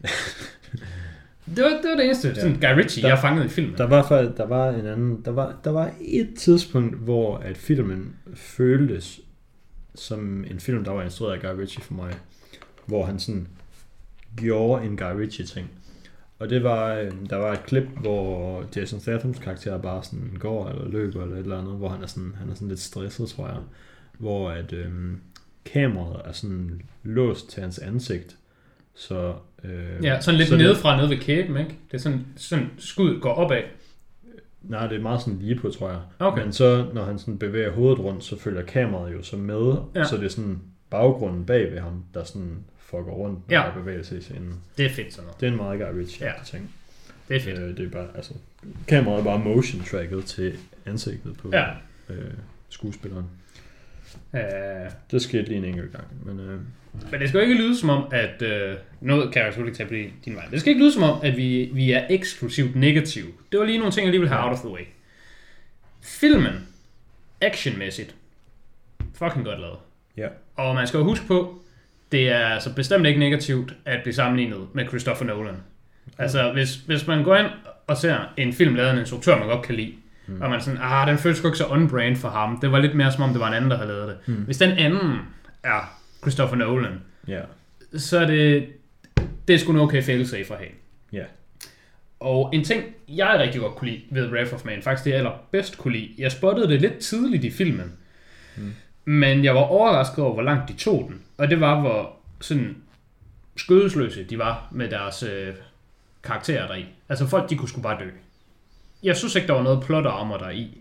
Det var det eneste, sådan Guy Ritchie, jeg fangede i filmen. Der var et tidspunkt, hvor at filmen føltes som en film, der var instrueret af Guy Ritchie for mig, hvor han sådan gjorde en Guy Ritchie ting. Og det var, der var et klip, hvor Jason Stathams karakter bare sådan går eller løber eller et eller andet, hvor han er sådan lidt stresset, tror jeg. Hvor at kameraet er sådan låst til hans ansigt. Så, ja, sådan lidt nedefra, nede ved kæben, ikke? Det er sådan skuddet går opad. Nej, det er meget sådan lige på, tror jeg. Okay. Men så, når han sådan bevæger hovedet rundt, så følger kameraet jo så med. Ja. Så det er sådan baggrunden bag ved ham, der sådan fucker rundt, når der bevæger sig i scenen. Det er fedt sådan noget. Det er en meget Guy Ritchie-ting. Det er fedt. Det er bare, altså, kameraet er bare motion-tracket til ansigtet på skuespilleren. Det skete lige en enkelt gang. Men det skal jo ikke lyde som om, at noget kan jeg selvfølgelig tage på din vej. Det skal ikke lyde som om, at vi er eksklusivt negative. Det var lige nogle ting, jeg lige vil have out of the way. Filmen, actionmæssigt, fucking godt lavet. Ja. Og man skal jo huske på, det er altså bestemt ikke negativt at blive sammenlignet med Christopher Nolan. Altså, hvis man går ind og ser en film lavet af en instruktør, man godt kan lide, og man er sådan, den føles sgu ikke så on-brand for ham. Det var lidt mere som om, det var en anden, der havde lavet det. Hvis den anden er Christopher Nolan, så er det er sgu en okay fail-safe for ham. Ja. Og en ting, jeg rigtig godt kunne lide ved Wrath of Man, faktisk det jeg allerbedst kunne lide, jeg spottede det lidt tidligt i filmen, men jeg var overrasket over, hvor langt de tog den. Og det var, hvor sådan skødesløse de var med deres karakterer deri. Altså folk, de kunne sgu bare dø. Jeg synes ikke, der var noget plot armor der i.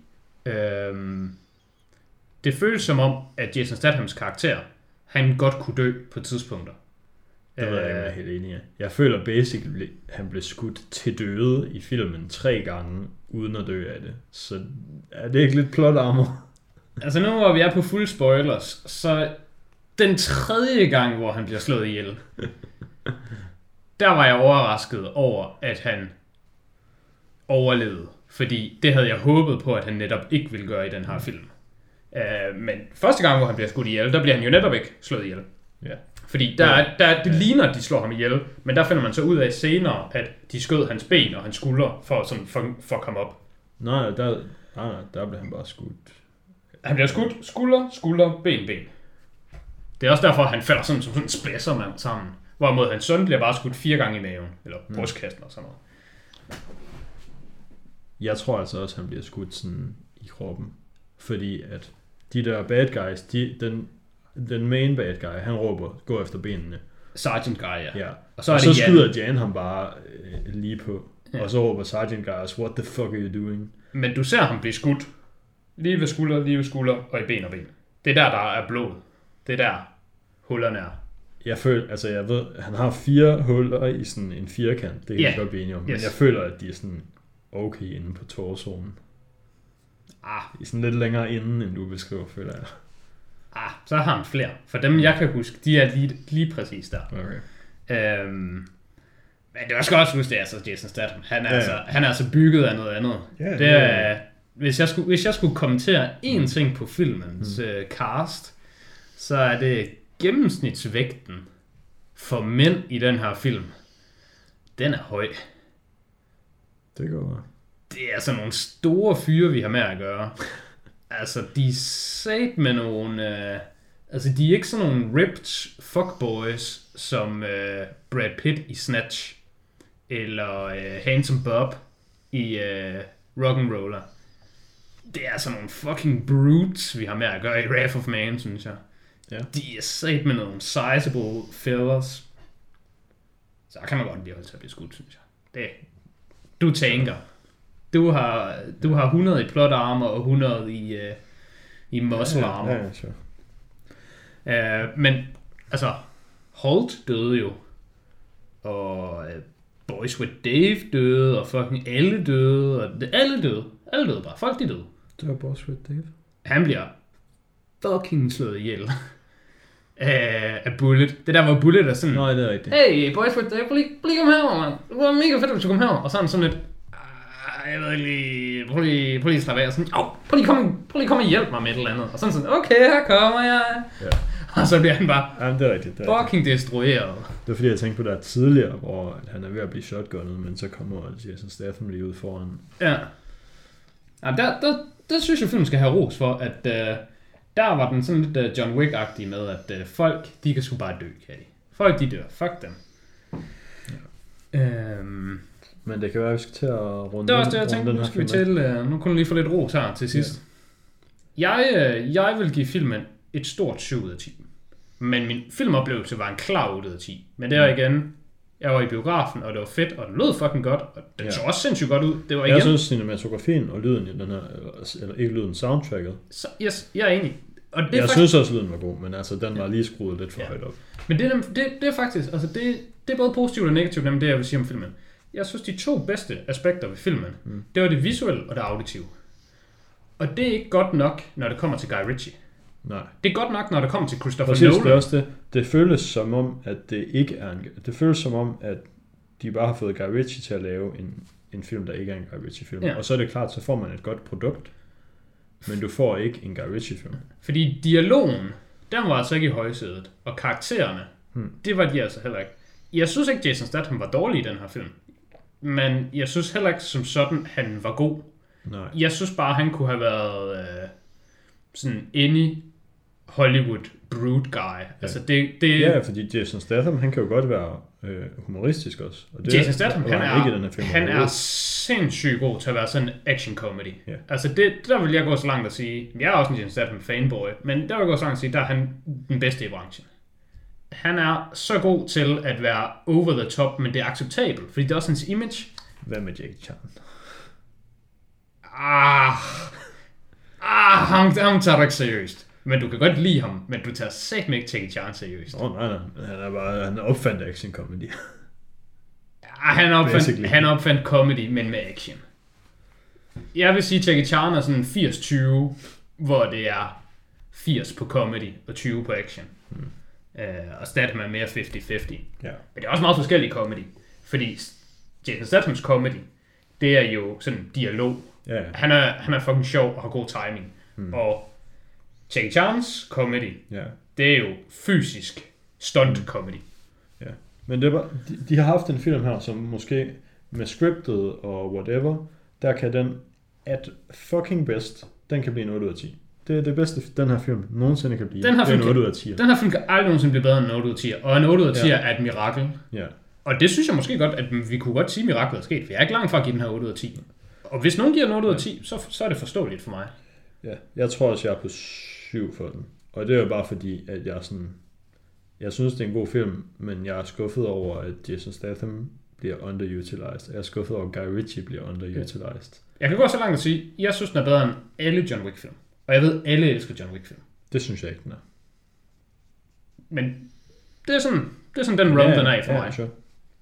Det føles som om, at Jason Stathams karakter, han godt kunne dø på tidspunkter. Det ved jeg ikke, jeg er helt enig i. Jeg føler basically, han blev skudt til døde i filmen 3 gange, uden at dø af det. Så er det ikke lidt plot armor? Altså nu hvor vi er på fuld spoilers, så den 3. gang, hvor han bliver slået ihjel, der var jeg overrasket over, at han overlevede. Fordi det havde jeg håbet på, at han netop ikke ville gøre i den her film. Men første gang, hvor han bliver skudt ihjel, der bliver han jo netop ikke slået ihjel. Ja. Fordi det ligner, at de slår ham ihjel, men der finder man så ud af senere, at de skød hans ben og hans skulder for at komme op. Nej, der blev han bare skudt. Han bliver skudt skulder, ben. Det er også derfor, at han falder sådan som sådan en splæssermand sammen. Hvorimod hans søn bliver bare skudt 4 gange i maven, eller brystkassen og sådan noget. Jeg tror altså også, at han bliver skudt sådan i kroppen. Fordi at de der bad guys, den main bad guy, han råber, gå efter benene. Sergeant Guy, ja. Og så skyder Jan ham bare lige på. Ja. Og så råber Sergeant Guy, what the fuck are you doing? Men du ser ham blive skudt. Lige ved skulder, og i ben og ben. Det er der er blod. Det er der hullerne er. Jeg ved, han har 4 huller i sådan en firkant. Det er helt godt blive enige om. Men jeg føler, at de er sådan okay inde på torsoen. I sådan lidt længere inden, end du beskriver, føler jeg. Så har han flere. For dem, jeg kan huske, de er lige præcis der. Okay. Men det var sgu også huske, det er altså Jason Statham. Han er altså bygget af noget andet. Ja, hvis jeg skulle kommentere én ting på filmens cast, så er det gennemsnitsvægten for mænd i den her film. Den er høj. Det går. Det er altså nogle store fyre, vi har med at gøre. Altså, de er sat med nogle... de er ikke sådan nogle ripped fuckboys, som Brad Pitt i Snatch, eller Handsome Bob i Rock'n'Roller. Det er altså nogle fucking brutes, vi har med at gøre i Wrath of Man, synes jeg. Ja. De er sat med nogle sizable fellas. Så kan man godt blive holdt til at blive skudt, synes jeg. Du tænker. Du har 100 i plot armor og 100 i muscle armor. Ja, sure. Men altså, Holt døde jo, og Boys with Dave døde, og fucking alle døde, og alle døde bare. Folk de døde. Det var Boys with Dave. Han bliver fucking slået ihjel af Bullet. Det der, hvor Bullet er sådan, nej, det er rigtigt. Hey, Boys with Dave, prøv lige komme herover, man. Det var mega fedt, at du kom herover. Og så er han sådan lidt, jeg ved ikke lige, prøv lige at slappe af. Og sådan, prøv lige komme og hjælpe mig med et eller andet. Og sådan, okay, her kommer jeg. Ja. Og så bliver han bare det er rigtigt, fucking destrueret. Det var fordi, jeg tænkte på der tidligere, hvor han er ved at blive shotgunnet, men så kommer Jason Statham lige ud foran. Ja. Der synes jeg, filmen skal have ros for, at der var den sådan lidt John Wick-agtig med, at folk, de kan sgu bare dø, kan de. Folk, de dør. Fuck dem. Ja. Men det kan være, at vi skal til at runde. Det var også det, jeg tænkte. Nu skal vi til. Nu kunne vi lige få lidt ros her til sidst. Ja. Jeg vil give filmen et stort 7 ud af 10. Men min filmoplevelse var en klar 8 ud af 10. Men det var igen, jeg var i biografen, og det var fedt, og det lød fucking godt, og den så også sindssygt godt ud. Det var igen... Jeg synes, cinematografien og lyden i den her, eller ikke lyden, soundtracket. Så, yes, jeg er enig. Og det jeg synes også, lyden var god, men altså, den var lige skruet lidt for højt op. Men det er faktisk, altså det er både positivt og negativt, nemlig det, jeg vil sige om filmen. Jeg synes, de 2 bedste aspekter ved filmen, det var det visuelle og det auditive. Og det er ikke godt nok, når det kommer til Guy Ritchie. Nej. Det er godt nok, når det kommer til Christopher Nolan. Det også det føles som om, at det ikke er det føles som om, at de bare har fået Guy Ritchie til at lave en film, der ikke er en Guy Ritchie-film. Ja. Og så er det klart, så får man et godt produkt, men du får ikke en Guy Ritchie-film. Fordi dialogen, den var altså ikke i højsædet, og karaktererne, det var de altså heller ikke. Jeg synes ikke, Jason Statham var dårlig i den her film, men jeg synes heller ikke som sådan, han var god. Nej. Jeg synes bare, han kunne have været sådan any Hollywood brood guy. Ja. Altså det... Ja, fordi Jason Statham, han kan jo godt være humoristisk også. Og det Jason Statham, han er film, sindssygt god til at være sådan en action comedy. Ja. Altså der vil jeg gå så langt at sige, jeg er også en Jason Statham fanboy, men der vil jeg gå så langt at sige, der er han den bedste i branchen. Han er så god til at være over the top, men det er acceptabelt, fordi det er også hans image. Hvad med Jackie Chan? Han tager du ikke seriøst. Men du kan godt lide ham, men du tager satme ikke Jackie Chan seriøst. Nej. Han opfandt action comedy. Han opfandt comedy, men med action. Jeg vil sige, at Jackie Chan er sådan 80-20, hvor det er 80 på comedy og 20 på action. Og Statham er mere 50-50. Ja. Men det er også meget forskellige comedy. Fordi Jason Stathams comedy, det er jo sådan dialog. Ja. Han er fucking sjov og har god timing. Og Jackie Chans comedy, det er jo fysisk stunt comedy. Ja. Men det var, de har haft en film her, som måske med scriptet og whatever, der kan den at fucking best, den kan blive en 8 ud af 10. Det er det bedste, den her film nogensinde kan blive. En 8 ud af 10. Den her film kan aldrig nogensinde blive bedre end en 8 ud af 10. Og en 8 ud af 10 er et mirakel. Ja. Og det synes jeg måske godt, at vi kunne godt sige, at miraklet er sket. For jeg er ikke langt fra at give den her 8 ud af 10. Og hvis nogen giver en 8 ud af 10, så er det forståeligt for mig. Ja, jeg tror også, jeg er på 7 for den. Og det er jo bare fordi, at jeg synes, det er en god film, men jeg er skuffet over, at Jason Statham bliver underutilized. Jeg er skuffet over, at Guy Ritchie bliver underutilized. Jeg kan gå så langt at sige, at jeg synes, den er bedre end alle John Wick-film. Og jeg ved, alle elsker John Wick-film. Det synes jeg ikke, den er. Men det er sådan den realm, den er i for mig. Sure.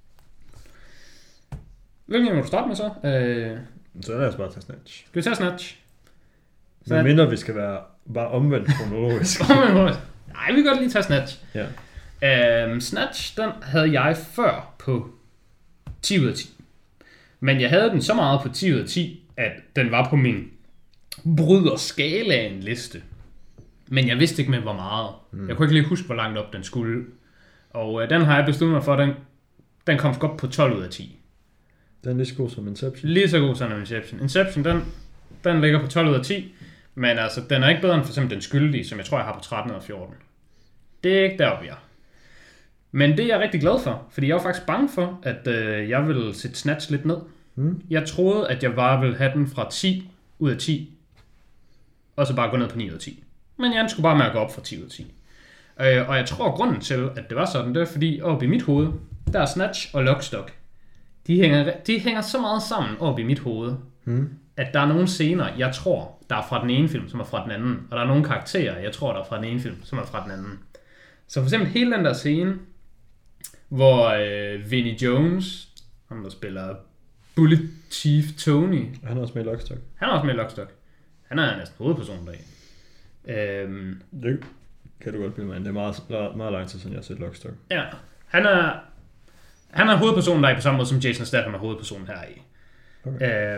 Hvilken må du starte med så? Så lad os bare tage Snatch. Skal vi tage Snatch? Men mindre vi skal være bare omvendt kronologisk. Nej, vi kan godt lige tage Snatch. Ja. Snatch, den havde jeg før på 10 ud af 10. Men jeg havde den så meget på 10 ud af 10, at den var på min bryder-skalaen liste. Men jeg vidste ikke med, hvor meget. Jeg kunne ikke lige huske, hvor langt op den skulle. Og den har jeg besluttet mig for, den kom godt på 12 ud af 10. Den er lige så god som Inception. Lige så god som Inception. Inception, den ligger på 12 ud af 10. Men altså, den er ikke bedre end for eksempel Den Skyldige, som jeg tror, jeg har på 13 ud af 14. Det er ikke deroppe, jeg. Men det er jeg rigtig glad for, fordi jeg var faktisk bange for, at jeg ville sætte Snatch lidt ned. Jeg troede, at jeg bare ville have den fra 10 ud af 10, og så bare gå ned på 9 ud af 10. Men jeg skulle bare med at gå op fra 10 ud af 10. Og jeg tror, grunden til, at det var sådan, det er fordi, oppe i mit hoved, der er Snatch og Lockstock. De hænger så meget sammen oppe i mit hoved, at der er nogle scener, jeg tror, der er fra den ene film, som er fra den anden. Og der er nogle karakterer, jeg tror, der er fra den ene film, som er fra den anden. Så for eksempel hele den der scene, hvor Vinnie Jones, ham der spiller Bullet Chief Tony. Han er også med i Lockstock. Han er næsten hovedpersonen deri. Det kan du godt blive med. Det er meget lang tid siden, jeg har set Lockstock. Ja, han er hovedpersonen deri på samme måde, som Jason Statham er hovedpersonen her i. Okay.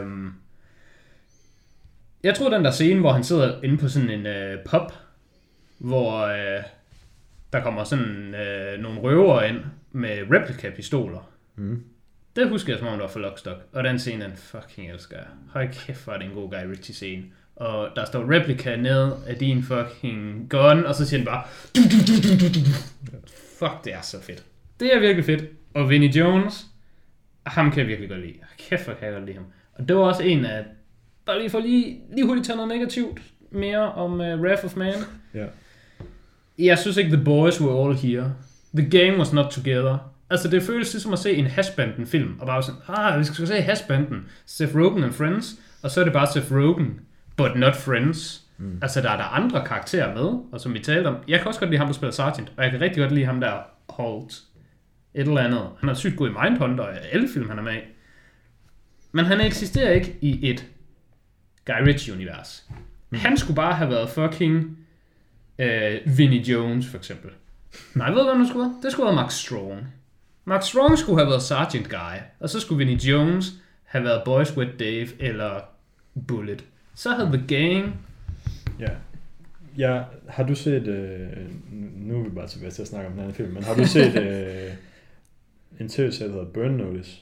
Jeg tror, den der scene, hvor han sidder inde på sådan en pub, hvor der kommer sådan nogle røvere ind med replika-pistoler. Det husker jeg, som om det var for Lockstock. Og den scene, den fucking elsker jeg. Høj kæft, hvor er det en god Guy Ritchie-scene. Og der står replika ned af din fucking gun, og så siger den bare... Fuck, det er så fedt. Det er virkelig fedt. Og Vinnie Jones, ham kan jeg virkelig godt lide. Kæft, hvor kan jeg godt lide ham. Og det var også en af... Bare lige for lige hurtigt tage noget negativt mere om Wrath of Man. Ja. Jeg synes ikke, The Boys Were All Here. The Gang Was Not Together. Altså, det føles ligesom at se en Hashbanden-film, og bare sådan, vi skal se Hashbanden, Seth Rogen and Friends, og så er det bare Seth Rogen, but not Friends. Altså, der er der andre karakterer med, og som vi talte om, jeg kan også godt lide ham, der spiller Sergeant, og jeg kan rigtig godt lide ham der, Holt, et eller andet. Han er sygt god i Mindhunter, og alle film, han er med i. Men han eksisterer ikke i et Guy Ritchie-univers. Han skulle bare have været fucking Vinnie Jones, for eksempel. Nej, jeg ved, hvem det skulle være? Det skulle være Mark Strong. Mark Strong skulle have været Sergeant Guy, og så skulle Vinnie Jones have været Boys with Dave eller Bullet. Så havde The Gang... Ja, har du set... nu er vi bare tilbage til at snakke om den anden film, men har du set en tv-serie, der hedder Burn Notice?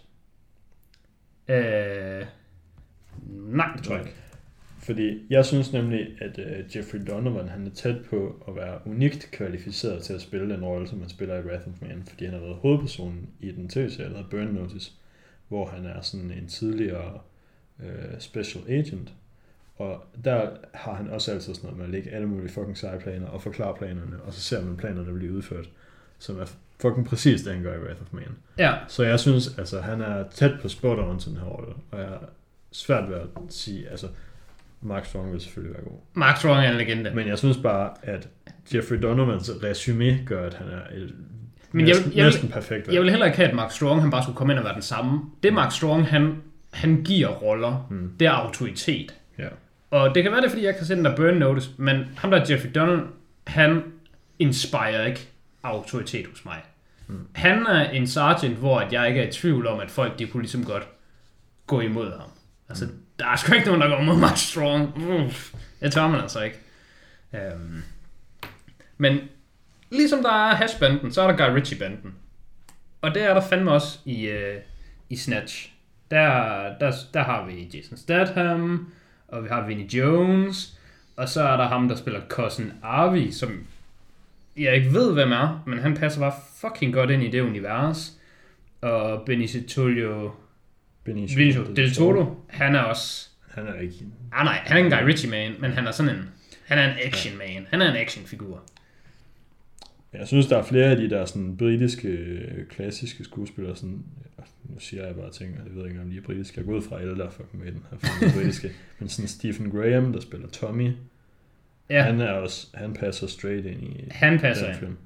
Nej, det tror jeg ikke. Fordi jeg synes nemlig, at Jeffrey Donovan, han er tæt på at være unikt kvalificeret til at spille den rolle, som han spiller i Wrath of Man, fordi han har været hovedpersonen i den tv-serie, der hedder Burn Notice, hvor han er sådan en tidligere special agent, og der har han også altid sådan noget med at lægge alle mulige fucking seje planer og forklare planerne, og så ser man planerne blive udført, som er fucking præcis det, han gør i Wrath of Man. Ja. Så jeg synes, altså, han er tæt på spot on til den her rolle, og jeg er svært ved at sige, altså, Mark Strong vil selvfølgelig være god. Mark Strong er en legende. Men jeg synes bare, at Jeffrey Donovans resume gør, at han er næsten perfekt. Jeg vil heller ikke have, at Mark Strong han bare skulle komme ind og være den samme. Det Mark Strong, han giver roller, det er autoritet. Ja. Og det kan være det, fordi jeg kan se den der Burn Notice, men ham der Jeffrey Donovan, han inspirerer ikke autoritet hos mig. Han er en sergeant, hvor jeg ikke er i tvivl om, at folk de kunne ligesom godt gå imod ham. Altså, der er sgu ikke nogen, der går mod Mark Strong. Det tør man altså ikke. Men ligesom der er Hashbanden, så er der Guy Ritchie-banden. Og det er der fandme også i Snatch. Der har vi Jason Statham, og vi har Vinnie Jones, og så er der ham, der spiller Cousin Arvy, som jeg ikke ved, hvem er, men han passer bare fucking godt ind i det univers. Og Benicio del Toro, han er også... Han er ikke... Nej, han er en Guy Ritchie-man, men han er sådan en... Han er en action-man. Han er en action-figur. Jeg synes, der er flere af de der sådan britiske, klassiske skuespillere, sådan... Nu siger jeg bare ting, og jeg ved ikke, om de er britiske. Jeg går ud fra alle, der er fucking med den her britiske. Men sådan Stephen Graham, der spiller Tommy, ja. Han passer straight ind i han passer den film.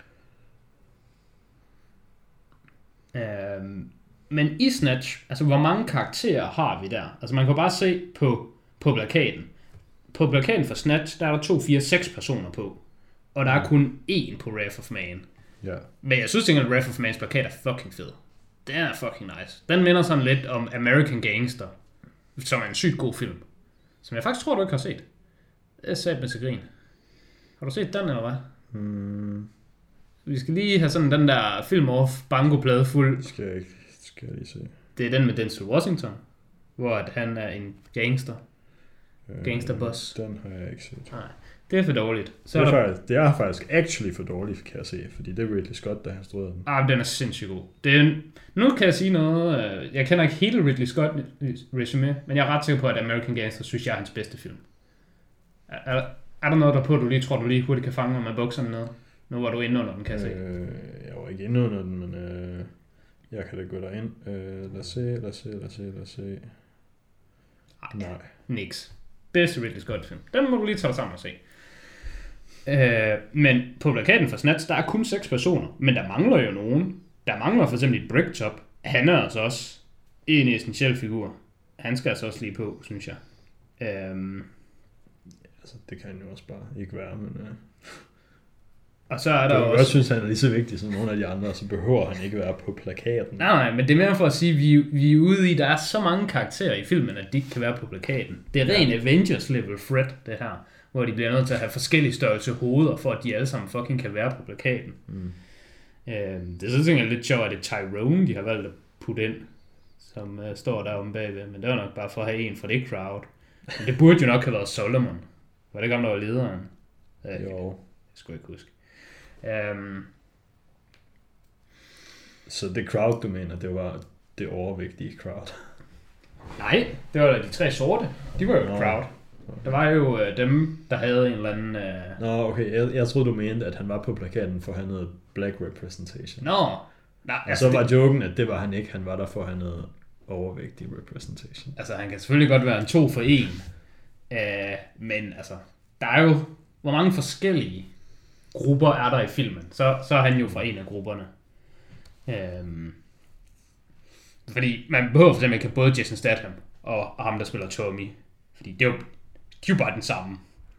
Men i Snatch, altså hvor mange karakterer har vi der? Altså man kan bare se på plakaten. På plakaten for Snatch, der er der 2, 4, 6 personer på. Og der er kun én på Wrath of Man. Ja. Men jeg synes ikke, at Wrath of Mans plakat er fucking fed. Den er fucking nice. Den minder sådan lidt om American Gangster, som er en sygt god film. Som jeg faktisk tror, du ikke har set. Det er sat med til grin. Har du set den, eller hvad? Vi skal lige have sådan den der film-off bankoplade fuld. Skal jeg lige se. Det er den med Denzel Washington, hvor at han er en gangster. Gangsterboss. Den har jeg ikke set. Nej, det er for dårligt. Så det er faktisk actually for dårligt, kan jeg se, fordi det er Ridley Scott, der har strøget den. Den er sindssygt god. Nu kan jeg sige noget. Jeg kender ikke hele Ridley Scott resume, men jeg er ret sikker på, at American Gangster synes jeg er hans bedste film. Er der noget der på, du lige tror, du lige hurtigt kan fange med bukserne ned? Nu var du inde under den, kan jeg se. Jeg var ikke inde under den, men jeg kan da gå derind. Lad os se. Nej. Niks. Bedste Ridley Scott film. Den må du lige tage dig sammen og se. Men på plakaten for Snatch, der er kun 6 personer, men der mangler jo nogen. Der mangler for eksempel et Bricktop. Han er altså også en essentiel figur. Han skal altså også lige på, synes jeg. Altså, det kan jo også bare ikke være, men... Og så er der også... Jeg synes, han er lige så vigtig som nogle af de andre, så behøver han ikke være på plakaten. Nej, men det er mere for at sige, at vi er ude i, der er så mange karakterer i filmen, at de ikke kan være på plakaten. Det er ren Avengers-level threat, det her, hvor de bliver nødt til at have forskellige størrelse hoveder, for at de alle sammen fucking kan være på plakaten. Det er sådan lidt sjovt, at det er Tyrone, de har valgt at putte ind, som står der om bagved, men det var nok bare for at have en fra det crowd. Men det burde jo nok have været Solomon. Var det ikke om, der var lederen? Jo. Jeg skulle ikke huske. Så det crowd, du mener, det var det overvægtige crowd? Nej, det var da de 3 sorte. De var jo et crowd. Der var jo dem, der havde en eller anden... Nå, okay. Jeg troede, du mente, at han var på plakaten, for han havde black representation. Nå! Nej, og så var joken, at det var han ikke. Han var der for, han havde overvægtig representation. Altså, han kan selvfølgelig godt være en 2 for 1. Men altså, der er jo... Hvor mange forskellige grupper er der i filmen? Så er han jo fra en af grupperne. Fordi man behøver for eksempel ikke både Jason Statham og ham, der spiller Tommy. Fordi de er jo bare den samme.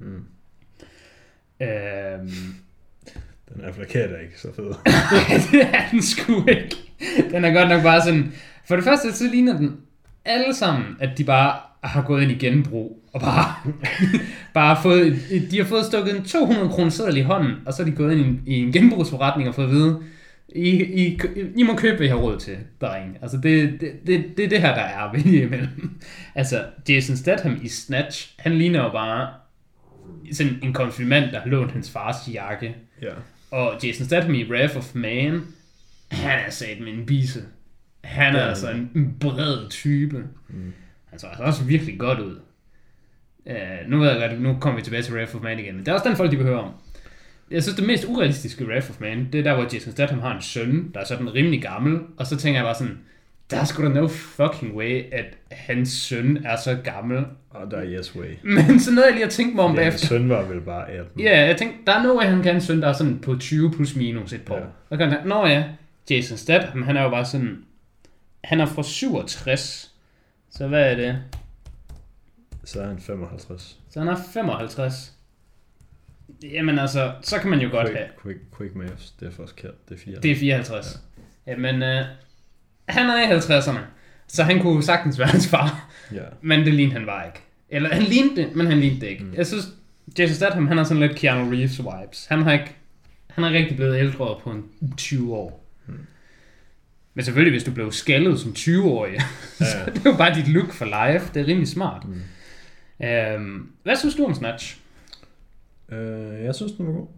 Den her plakat er ikke så fed. Det er den sgu ikke. Den er godt nok bare sådan... For det første, så ligner den alle sammen, at de bare har gået ind i genbrug. Og bare fået... De har fået stukket en 200 kroner seddel i hånden, og så er de gået ind i en genbrugsforretning og fået at vide, I må købe, hvad I har råd til, drenge. Altså, det er det her, der er ved imellem. Altså, Jason Statham i Snatch, han ligner jo bare sådan en konfirmand, der har lånt hans fars jakke. Ja. Og Jason Statham i Wrath of Man, han er sat med en bise. Han er altså en bred type. Han så altså også virkelig godt ud. Nu ved jeg godt, nu kommer vi tilbage til Wrath of Man igen, men det er også den folk, de behøver om. Jeg synes, det mest urealistiske Wrath of Man, det er der, hvor Jason Statham har en søn, der er sådan rimelig gammel, og så tænker jeg bare sådan, der er sgu da no fucking way, at hans søn er så gammel. Og der er yes way. Men så noget, jeg lige har tænkt mig om bagefter. Hans søn var vel bare 18. Ja, jeg tænkte, der er no way, han kan have en søn, der er sådan på 20 plus minus et par år. Og kan han, nå ja, Jason Statham, han er jo bare sådan, han er fra 67, så hvad er det? Så er han 55. Så han er 55. Jamen altså, så kan man jo godt have... Quick maths, det er først kært, det er 54. Det er 54. Ja. Jamen, han er i 50'erne, så han kunne sagtens være hans far. Ja. Men det lignede han bare ikke. Eller han lignede det, men han lignede det ikke. Jeg synes, Jason Statham, han har sådan lidt Keanu Reeves vibes. Han er rigtig blevet ældre på en 20 år. Men selvfølgelig, hvis du blev skaldet som 20-årig, så det er jo bare dit look for life. Det er rimelig smart. Hvad synes du om Snatch? Jeg synes, den var god.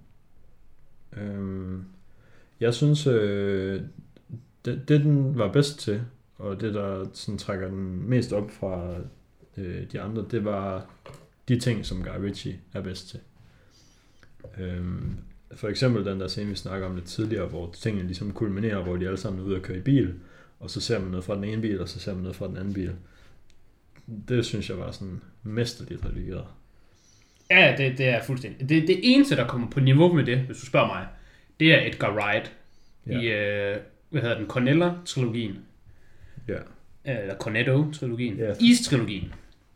Jeg synes, det den var bedst til, og det der sådan trækker den mest op fra de andre, det var de ting, som Guy Ritchie er bedst til. For eksempel den der scene, vi snakker om lidt tidligere, hvor tingene ligesom kulminerer, hvor de alle sammen er ude at køre i bil, og så ser man noget fra den ene bil, og så ser man noget fra den anden bil. Det synes jeg var sådan mesterligt redigeret. Ja, det er fuldstændig. Det eneste, der kommer på niveau med det, hvis du spørger mig, det er Edgar Wright i, hvad hedder den, Cornetto-trilogien. Ja. Eller Cornetto-trilogien. Ja. Is-trilogien.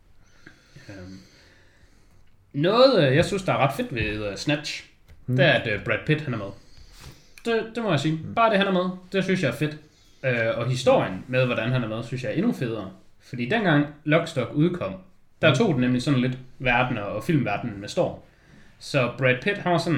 Noget, jeg synes, der er ret fedt ved Snatch, det er, at Brad Pitt, han er med. Det må jeg sige. Bare det, han er med, det synes jeg er fedt. Og historien med, hvordan han er med, synes jeg er endnu federe. Fordi dengang Lock, Stock udkom, der tog den nemlig sådan lidt verdener og filmverdenen med storm. Så Brad Pitt,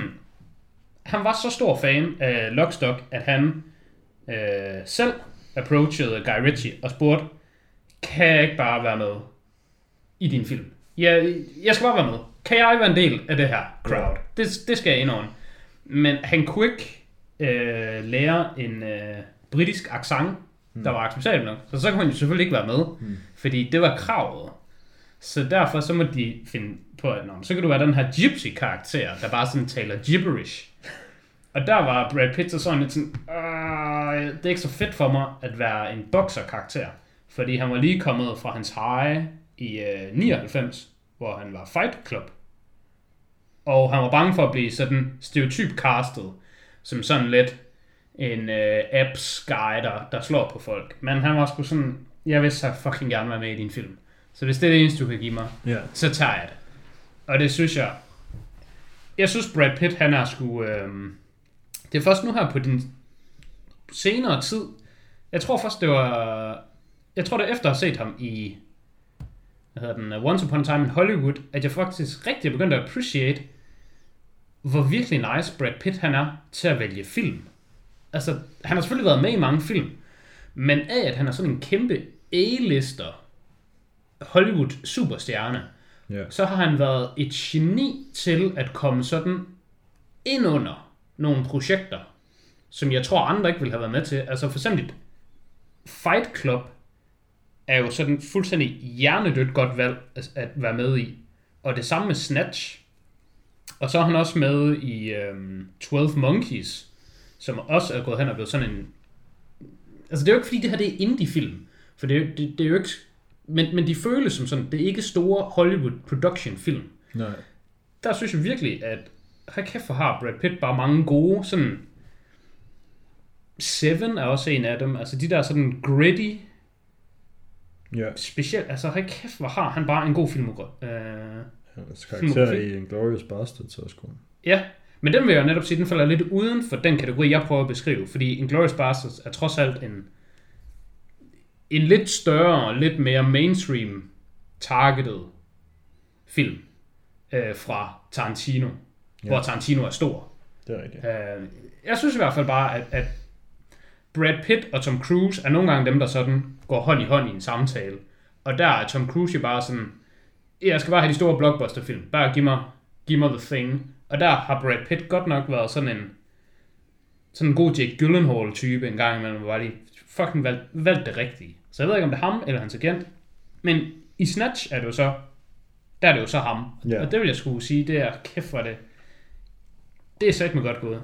han var så stor fan af Lock, Stock, at han selv approachede Guy Ritchie og spurgte, kan jeg ikke bare være med i din film? Jeg skal bare være med. Kan jeg være en del af det her crowd? Det skal jeg indordne. Men han kunne ikke lære en britisk accent, der var acceptabel nok. Så kunne han jo selvfølgelig ikke være med, fordi det var kravet. Så derfor så må de finde på, at så kan du være den her gypsy-karakter, der bare sådan taler gibberish. Og der var Brad Pitt så sådan lidt sådan, det er ikke så fedt for mig at være en bokser-karakter. Fordi han var lige kommet fra hans high i 99, hvor han var Fight Club. Og han var bange for at blive sådan stereotyp-castet, som sådan lidt en abs-guy, der slår på folk. Men han var sgu sådan, jeg vil så fucking gerne være med i din film. Så hvis det er det eneste, du kan give mig, så tager jeg det. Og det synes jeg synes Brad Pitt, han er sgu, det er først nu her på din senere tid, jeg tror det er efter at have set ham i, Once Upon a Time in Hollywood, at jeg faktisk rigtig er begyndt at appreciate, hvor virkelig nice Brad Pitt han er til at vælge film. Altså, han har selvfølgelig været med i mange film, men af at han er sådan en kæmpe A-lister Hollywood superstjerne, så har han været et geni til at komme sådan ind under nogle projekter, som jeg tror andre ikke ville have været med til. Altså for eksempel Fight Club er jo sådan fuldstændig hjernedødt godt valg at være med i. Og det samme med Snatch. Og så er han også med i 12 Monkeys, som også er gået hen og blevet sådan en... Altså det er jo ikke fordi det her det er indie-film, for det er jo ikke... Men de føles som sådan, det er ikke store Hollywood production film. Nej. Der synes jeg virkelig, at kæft for har Brad Pitt bare mange gode, sådan... Seven er også en af dem, altså de der sådan gritty, specielt, altså kæft hvor har han bare en god filmografi. Hans karakter i Inglourious Basterds også god. Ja, men den vil jeg netop sige, den falder lidt uden for den kategori, jeg prøver at beskrive, fordi Inglourious Basterds er trods alt en lidt større, lidt mere mainstream targeted film fra Tarantino, hvor Tarantino er stor. Det er rigtigt. Jeg synes i hvert fald bare, at Brad Pitt og Tom Cruise er nogle gange dem, der sådan går hånd i hånd i en samtale. Og der er Tom Cruise jo bare sådan, jeg skal bare have de store blockbusterfilm, bare giv mig The Thing. Og der har Brad Pitt godt nok været sådan en god Jake Gyllenhaal-type en gang imellem, hvor de fucking valgt det rigtige. Så jeg ved ikke, om det er ham eller hans agent. Men i Snatch er det jo så, der er det jo så ham. Yeah. Og det vil jeg skulle sige, det er kæft for det. Det er sagt med godt gået.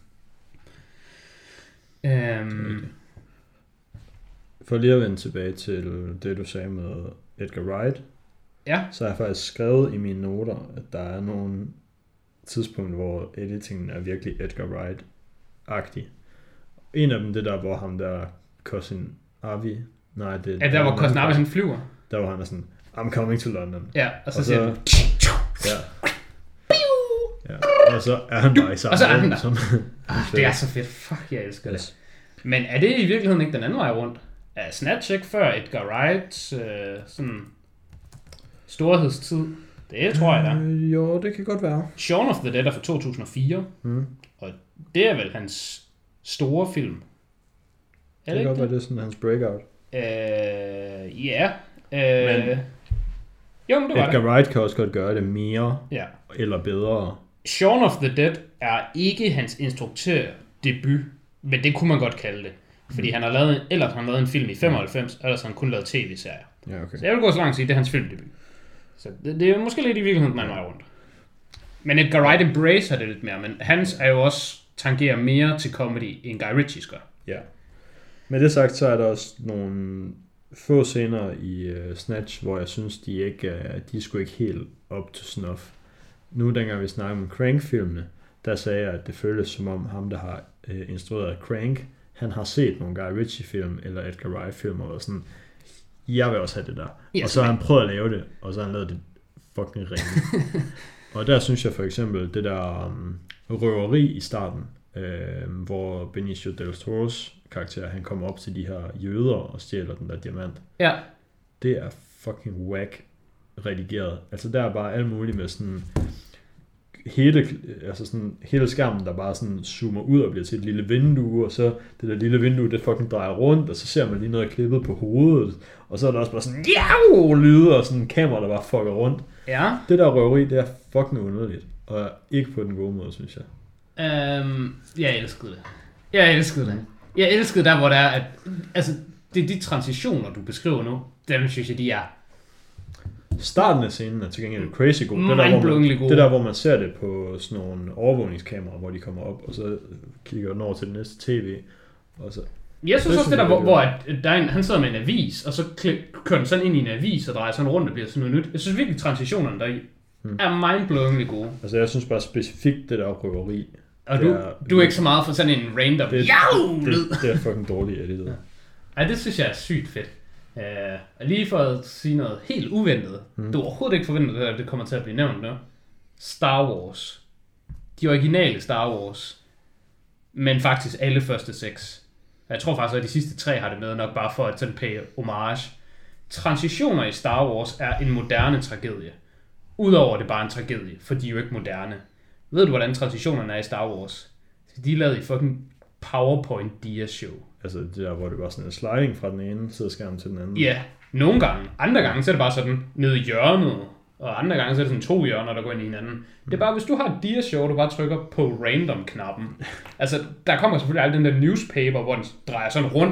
For lige at vende tilbage til det, du sagde med Edgar Wright, så har jeg faktisk skrevet i mine noter, at der er nogle tidspunkter, hvor editingen er virkelig Edgar Wright-agtig. En af dem, det der, hvor ham der Cousin Avi, nej, det er der, hvor Cousin Avi han flyver. Der var han er sådan, I'm coming to London. Ja, og så siger han, og så er han bare i samme. Og så er han der. Det er så fedt. Fuck, jeg elsker det. Men er det i virkeligheden ikke den anden vej rundt? Er Snatch ikke før Edgar Wright sådan storhedstid? Det tror jeg da. Jo, det kan godt være. Shaun of the Dead er fra 2004. Og det er vel hans store film. Det kan godt være, det er sådan hans breakout. Ja. Men jo, det var Edgar Wright kan også godt gøre det mere eller bedre. Shaun of the Dead er ikke hans instruktørdebut, men det kunne man godt kalde det. Fordi han har lavet en film i 95, ellers har han kun lavet tv-serier. Ja, okay. Så jeg vil gå så langt at sige, det er hans filmdebut. Så det er måske lidt i virkeligheden, man var rundt. Men Edgar Wright embracer det lidt mere, men hans er jo også tangerer mere til comedy, end Guy Ritchie gør. Ja. Med det sagt, så er der også nogle få scener i Snatch, hvor jeg synes, de er sgu ikke helt up to snuff. Nu, dengang vi snakkede om Crank-filmene, der sagde jeg, at det føles som om ham, der har instrueret Crank, han har set nogle Guy Ritchie-film eller Edgar Wright-film, og sådan, jeg vil også have det der. Yes, og så har han prøvet at lave det, og så har han lavet det fucking ringe. Og der synes jeg for eksempel, det der røveri i starten, hvor Benicio del Toro's karakter, han kommer op til de her jøder og stjæler den der diamant. Ja. Det er fucking whack redigeret. Altså der er bare alt muligt med sådan hele skærmen, der bare sådan zoomer ud og bliver til et lille vindue, og så det der lille vindue, det fucking drejer rundt, og så ser man lige noget klippet på hovedet, og så er der også bare sådan lyde og sådan en kamera, der bare fucker rundt. Ja. Det der røveri, det er fucking underligt, og ikke på den gode måde, synes jeg. Jeg elskede det. Jeg elskede der, hvor der er, at altså, det er de transitioner, du beskriver nu, dem synes jeg, de er starten af scenen er til gengæld crazy god. Det der, hvor man ser det på sådan nogle overvågningskameraer, hvor de kommer op, og så kigger den over til det næste tv. Og så jeg synes også det der, hvor han sidder med en avis, og så kører den sådan ind i en avis, og drejer sådan rundt, og bliver sådan noget nyt. Jeg synes virkelig, transitionerne deri er mindblowingly gode. Altså jeg synes bare specifikt det der røveri. Og du er ikke så meget for sådan en random lyd. Det er fucking dårligt editet. Ja, det synes jeg er sygt fedt. Lige for at sige noget helt uventet. Du har overhovedet ikke forventet, at det kommer til at blive nævnt nu. Star Wars. De originale Star Wars. Men faktisk alle første 6. Jeg tror faktisk, at de sidste 3 har det med nok bare for at sådan pay homage. Transitioner i Star Wars er en moderne tragedie. Udover det bare en tragedie, for de er jo ikke moderne. Ved du, hvordan transitionerne er i Star Wars? De er lavet i fucking PowerPoint dia-show. Altså det der, hvor det var sådan en sliding fra den ene sideskærm til den anden. Ja, nogle gange. Andre gange, så er det bare sådan nede i hjørnet. Og andre gange, så er det sådan 2 hjørner, der går ind i hinanden. Det er bare, hvis du har et dia-show, du bare trykker på random-knappen. Altså, der kommer selvfølgelig aldrig den der newspaper, hvor den drejer sådan rundt.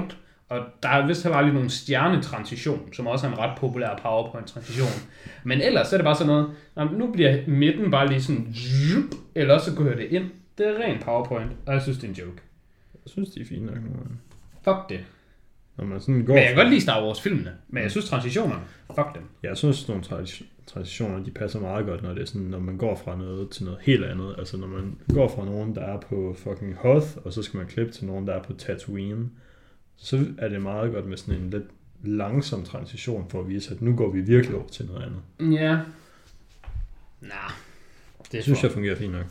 Og der er vist heller aldrig nogen stjernetransition, som også er en ret populær PowerPoint-transition. Men ellers så er det bare sådan noget, nu bliver midten bare lige sådan, eller så kører det ind. Det er ren PowerPoint, og jeg synes, det er en joke. Jeg synes, de er fine nok nu. Fuck det. Når man sådan går Men jeg kan godt lide Star Wars-filmene, men jeg synes transitionerne, fuck dem. Jeg synes, nogle transitioner, de passer meget godt, når det er sådan, når man går fra noget til noget helt andet. Altså når man går fra nogen, der er på fucking Hoth, og så skal man klippe til nogen, der er på Tatooine, så er det meget godt med sådan en lidt langsom transition, for at vise, at nu går vi virkelig over til noget andet. Ja. Det synes jeg fungerer fint nok.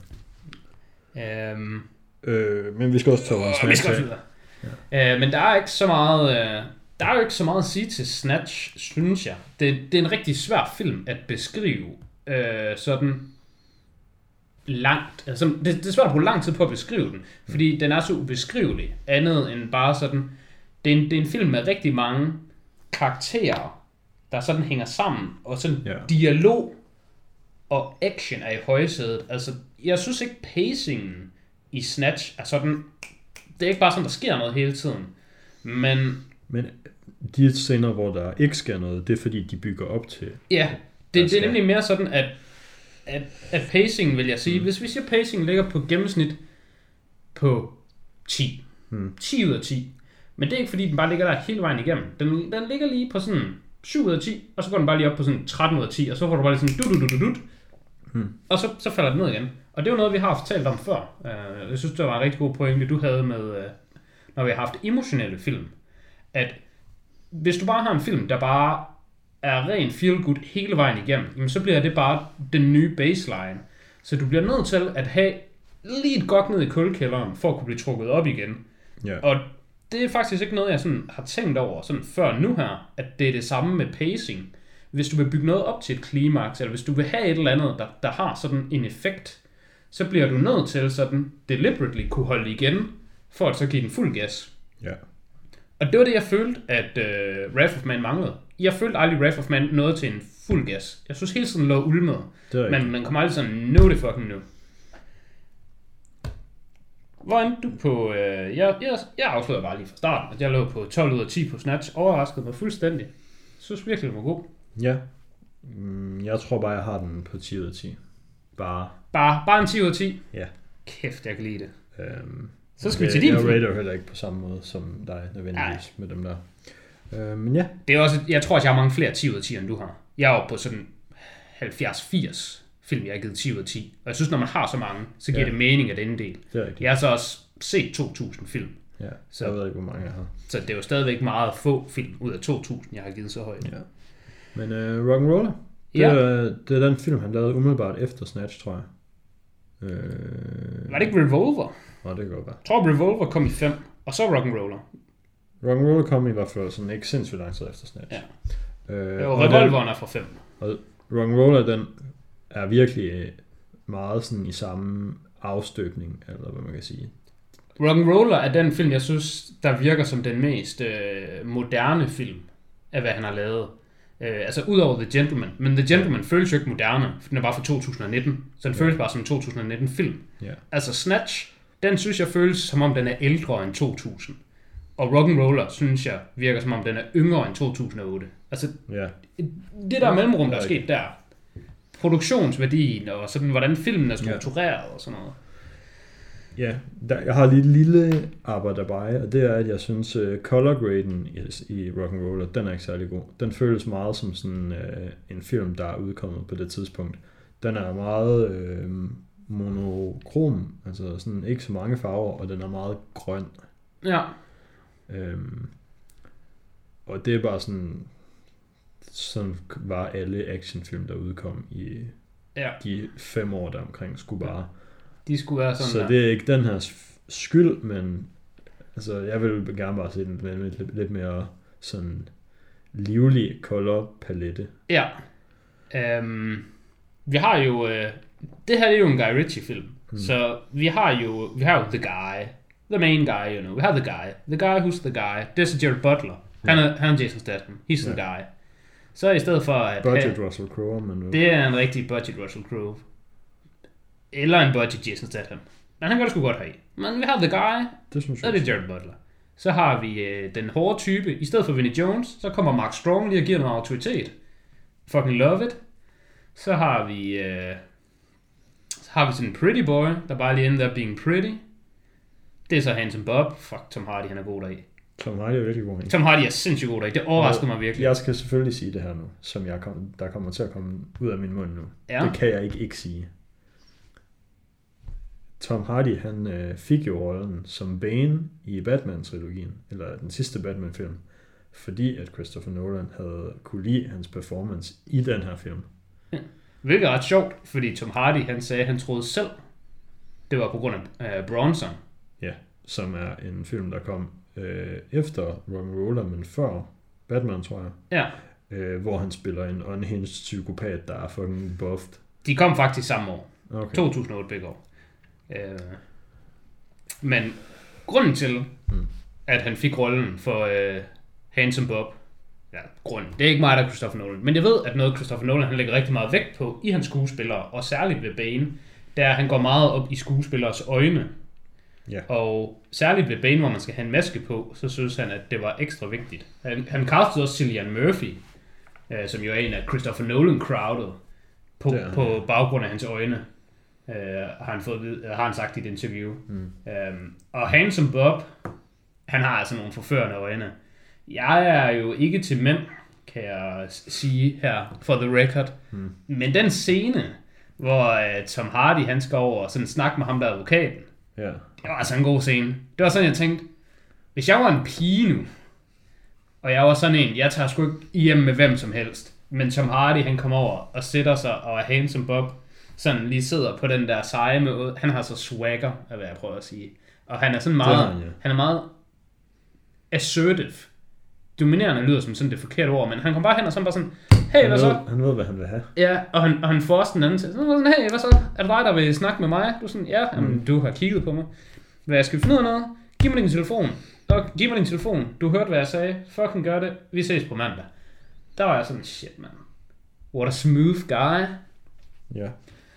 Men vi skal også tage vores Snatch. Men der er ikke så meget... Der er jo ikke så meget at sige til Snatch, synes jeg. Det er en rigtig svær film at beskrive sådan langt. Altså, det er svært at bruge lang tid på at beskrive den, fordi den er så ubeskrivelig. Andet end bare sådan... Det er en film med rigtig mange karakterer, der sådan hænger sammen, og sådan dialog og action er i højsædet. Altså, jeg synes ikke pacingen i Snatch er sådan... Det er ikke bare sådan, der sker noget hele tiden. Men de scener, hvor der ikke sker noget, det er fordi, de bygger op til... Ja, det er nemlig mere sådan, at pacingen, vil jeg sige, hvis vi siger, pacingen ligger på gennemsnit på 10. 10 ud af 10. Men det er ikke fordi, den bare ligger der hele vejen igennem. Den ligger lige på sådan 7 ud af 10, og så går den bare lige op på sådan 13 ud af 10, og så får du bare lige sådan og så falder den ned igen. Og det er jo noget, vi har talt om før. Jeg synes, det var en rigtig god pointe, du havde med, når vi har haft emotionelle film. At hvis du bare har en film, der bare er ren feel-good hele vejen igennem, jamen så bliver det bare den nye baseline. Så du bliver nødt til at have lige et godt ned i kuldekælderen, for at kunne blive trukket op igen. Yeah. Og det er faktisk ikke noget, jeg sådan har tænkt over sådan før nu her, at det er det samme med pacing. Hvis du vil bygge noget op til et klimaks, eller hvis du vil have et eller andet, der har sådan en effekt, så bliver du nødt til sådan deliberately kunne holde igen, for at så give den fuld gas. Ja. Og det var det, jeg følte, at Wrath of Man manglede. Jeg følte aldrig, Wrath of Man nåede til en fuld gas. Jeg synes hele tiden lå ulmet. Men man kommer aldrig sådan, nu er det fucking nu. Hvor endte du på... Jeg afslører bare lige fra starten, at jeg lå på 12 ud af 10 på Snatch. Overraskede mig fuldstændig. Jeg synes virkelig, den var god. Ja. Jeg tror bare, jeg har den på 10 ud af 10. Bare en 10 ud af 10? Ja. Kæft, jeg kan lide det. Så skal vi til din film. Jeg rater heller ikke på samme måde som dig nødvendigvis med dem der. Men ja. Det er også, jeg tror også, jeg har mange flere 10 ud af 10, end du har. Jeg er jo på sådan 70-80 film, jeg har givet 10 ud af 10. Og jeg synes, når man har så mange, så giver det mening af denne del. Jeg har så også set 2.000 film. Ja, så jeg ved ikke, hvor mange jeg har. Så det er jo stadigvæk meget få film ud af 2.000, jeg har givet så højt. Ja. Men Rock'n'Roller, det er den film, han lavede umiddelbart efter Snatch, tror jeg. Var det ikke Revolver? Nej, det går bare. Jeg tror, Revolver kom i 5, og så Rock'n'Roller. Rock'n'Roller kom i hvert fald sådan ikke sindssygt lang tid efter Snatch. Ja. Revolveren er fra 5. Og Rock'n'Roller, den er virkelig meget sådan i samme afstøbning, eller hvad man kan sige. Rock'n'Roller er den film, jeg synes, der virker som den mest moderne film af, hvad han har lavet. Altså udover The Gentleman. Men The Gentleman føles jo ikke moderne, for den er bare fra 2019. Så den føles bare som en 2019 film. Yeah. Altså Snatch, den synes jeg føles som om den er ældre end 2000. Og Rock'n'Roller synes jeg virker som om den er yngre end 2008. Altså det der mellemrum, der er sket der. Produktionsværdien og sådan, hvordan filmen er struktureret og sådan noget. Ja, jeg har lige et lille arbejde bare, og det er, at jeg synes, color graden i Rock'n'Roller, den er ikke særlig god. Den føles meget som sådan en film, der er udkommet på det tidspunkt. Den er meget monokrom, altså sådan ikke så mange farver, og den er meget grøn. Ja. Og det er bare sådan var alle actionfilm, der udkom i de 5 år der omkring, skulle bare... De skulle være sådan så det er ikke den her skyld, men altså, jeg vil gerne bare se den med lidt mere sådan livlig color palette. Ja. Vi har jo det her er jo en Guy Ritchie film. Så vi har jo the guy, the main guy, you know. Vi har the guy who's the guy. Det er Jared Butler. Han er Jason Statham. He's the guy. Så i stedet for at budget Russell Crowe, men det er en rigtig budget Russell Crowe. Eller en budget Jason Statham. Men han kan det sgu godt have. Men vi har the guy, det synes og det er Jared Butler. Så har vi den hårde type. I stedet for Vinnie Jones, så kommer Mark Strong lige og giver noget autoritet. Fucking love it. Så har vi sådan en pretty boy, der bare lige ender being pretty. Det er så Handsome Bob. Fuck, Tom Hardy, han er god deri. Tom Hardy er virkelig god. Tom Hardy er sindssygt god deri. Det overrasker mig virkelig. Jeg skal selvfølgelig sige det her nu, som der kommer til at komme ud af min mund nu. Ja. Det kan jeg ikke sige. Tom Hardy, han fik jo rollen som Bane i Batman-trilogien, eller den sidste Batman-film, fordi at Christopher Nolan havde kunne lide hans performance i den her film. Ja. Hvilket er ret sjovt, fordi Tom Hardy, han sagde, at han troede selv, det var på grund af Bronson. Ja, som er en film, der kom efter Rock'n'Roller, men før Batman, tror jeg. Ja. Hvor han spiller en unhinged psykopat, der er fucking buffed. De kom faktisk samme år. Okay. 2008 begge år. Men grunden til, at han fik rollen for Handsome Bob, grunden, det er ikke mig, der er Christopher Nolan, men jeg ved, at noget Christopher Nolan han lægger rigtig meget vægt på i hans skuespillere, og særligt ved Bane, det er, at han går meget op i skuespillers øjne. Yeah. Og særligt ved Bane, hvor man skal have en maske på, så synes han, at det var ekstra vigtigt. Han castede også Cillian Murphy, som jo er en af Christopher Nolan-crowdet, på baggrund af hans øjne. Har han sagt i et interview. Og Handsome Bob, han har altså nogle forførende øjne. Jeg er jo ikke til mænd, kan jeg sige her, for the record. Men den scene, hvor Tom Hardy, han skal over og sådan snakke med ham der advokaten, det var altså en god scene. Det var sådan, jeg tænkte, hvis jeg var en pige nu, og jeg var sådan en, jeg tager sgu ikke hjem med hvem som helst, men Tom Hardy, han kommer over og sætter sig, og Handsome Bob sådan lige sidder på den der seje måde. Han har så swagger, er hvad jeg prøver at sige. Og han er sådan meget, han er meget assertive. Dominerende lyder som sådan det forkerte ord, men han kommer bare hen og sådan bare sådan, hey, hvad så? Han ved, hvad han vil have. Ja, og han får også den anden til, sådan, hey, hvad så? Er det dig, der vil snakke med mig? Du er sådan, ja, jamen, du har kigget på mig. Hvad, skal vi finde ud af noget? Giv mig din telefon. Giv mig din telefon. Du hørte, hvad jeg sagde. Fucking gør det. Vi ses på mandag. Der var jeg sådan, shit, man. What a smooth guy. Ja.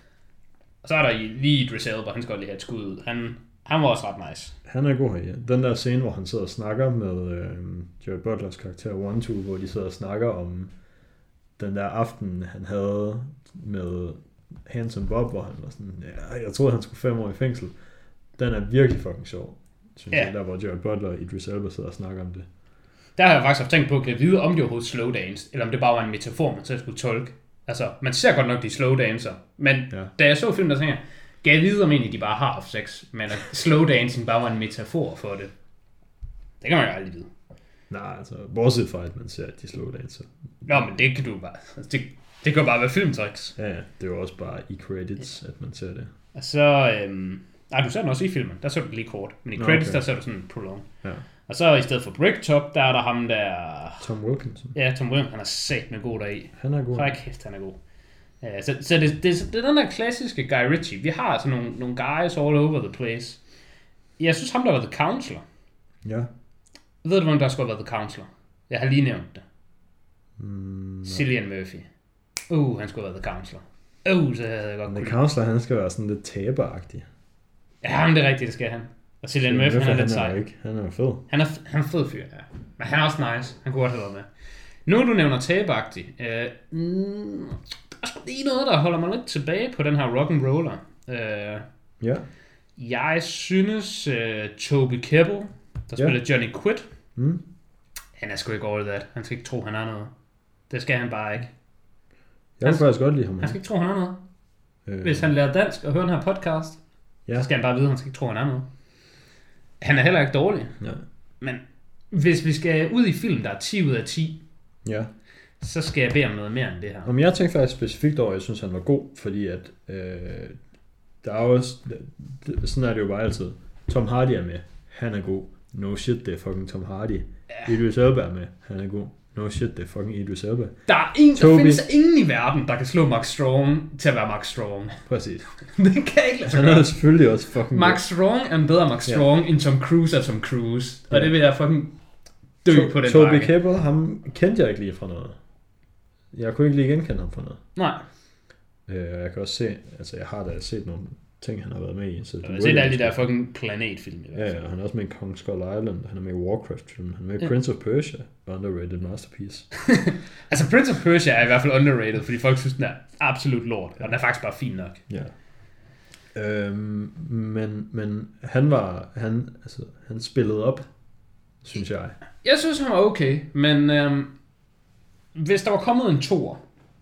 Og så er der lige Idris Elba, han skal godt lige have et skud ud. Han var også ret nice. Han er god her, ja. Den der scene, hvor han sidder og snakker med Jared Butlers karakter 1-2, hvor de sidder og snakker om den der aften, han havde med Handsome Bob, hvor han var sådan, ja, jeg troede, han skulle 5 år i fængsel. Den er virkelig fucking sjov, synes jeg, der hvor Jared Butler og Idris Elba sidder og snakker om det. Der har jeg faktisk haft tænkt på at vide, om det overhovedet slow dance, eller om det bare var en metafor, man så skulle tolke. Altså, man ser godt nok de slow dancer, men da jeg så filmen, der tænker jeg, gav jeg vide om egentlig, de bare har haft sex, men at slow dancing bare var en metafor for det. Det kan man jo aldrig vide. Nej, altså, bortset fra, at man ser de slow dancer. Nå, men det kan du bare. Altså, det kan bare være filmtricks. Ja, det er jo også bare i credits, at man ser det. Og så, nej, du ser den også i filmen, der ser du lige kort, men i credits, der ser du sådan en prolong. Ja. Og så i stedet for Bricktop, der er der ham der... Tom Wilkinson. Ja, Tom Wilkinson, han er sat med god deri. Han er god. Hold kæft, han er god. Så det er den der klassiske Guy Ritchie. Vi har altså nogle guys all over the place. Jeg synes ham, der var The Counselor. Ja. Ved du, hvem der skulle have været The Counselor? Jeg har lige nævnt det. Cillian Murphy. Han skulle have været The Counselor. Så havde jeg godt The Counselor, han skal være sådan lidt taberagtig. Ja, men det er rigtigt, det skal han. Og Cillian Murphy, han er lidt sej. Han er jo fed. Han er fed fyr, ja. Men han er også nice. Han kunne godt have været med. Nu du nævner taberagtig. Der er sgu lige noget, der holder mig lidt tilbage på den her rock'n'roller. Ja. Jeg synes, Toby Kebbell, der spiller Johnny Quid, han er sgu ikke all that. Han skal ikke tro, han er noget. Det skal han bare ikke. Jeg vil faktisk godt lide ham. Han skal ikke tro, han er noget. Hvis han lærer dansk og hører den her podcast, så skal han bare vide, at han skal ikke tro, han er noget. Han er heller ikke dårlig. Ja. Men hvis vi skal ud i film, der er 10 ud af 10, så skal jeg bede om noget mere end det her. Men jeg tænkte faktisk specifikt over, at jeg synes, han var god, fordi at der er også, sådan er det jo bare altid. Tom Hardy er med, han er god. No shit, det er fucking Tom Hardy. Ja. Idris Elba er med, han er god. No shit, det er fucking Idris Elba. Der findes ingen i verden, der kan slå Mark Strong til at være Mark Strong. Præcis. Det kan ikke lade sig gøre. Han er selvfølgelig også fucking Mark Strong er en bedre Mark Strong, end Tom Cruise er Tom Cruise. Og det vil jeg fucking dø på den Toby Kebbell, ham kendte jeg ikke lige fra noget. Jeg kunne ikke lige genkende ham fra noget. Nej. Jeg kan også se, altså jeg har da set nogle ting, han har været med i. Så jeg har set alle de der fucking planetfilm. Ja, han er også med i Kong Skull Island, han er med i Warcraft-film, han er med i Prince of Persia, underrated masterpiece. Altså Prince of Persia er i hvert fald underrated, fordi folk synes, den er absolut lort, og den er faktisk bare fin nok. Ja. Men han spillede op, synes jeg. Jeg synes, han var okay, men hvis der var kommet en toer,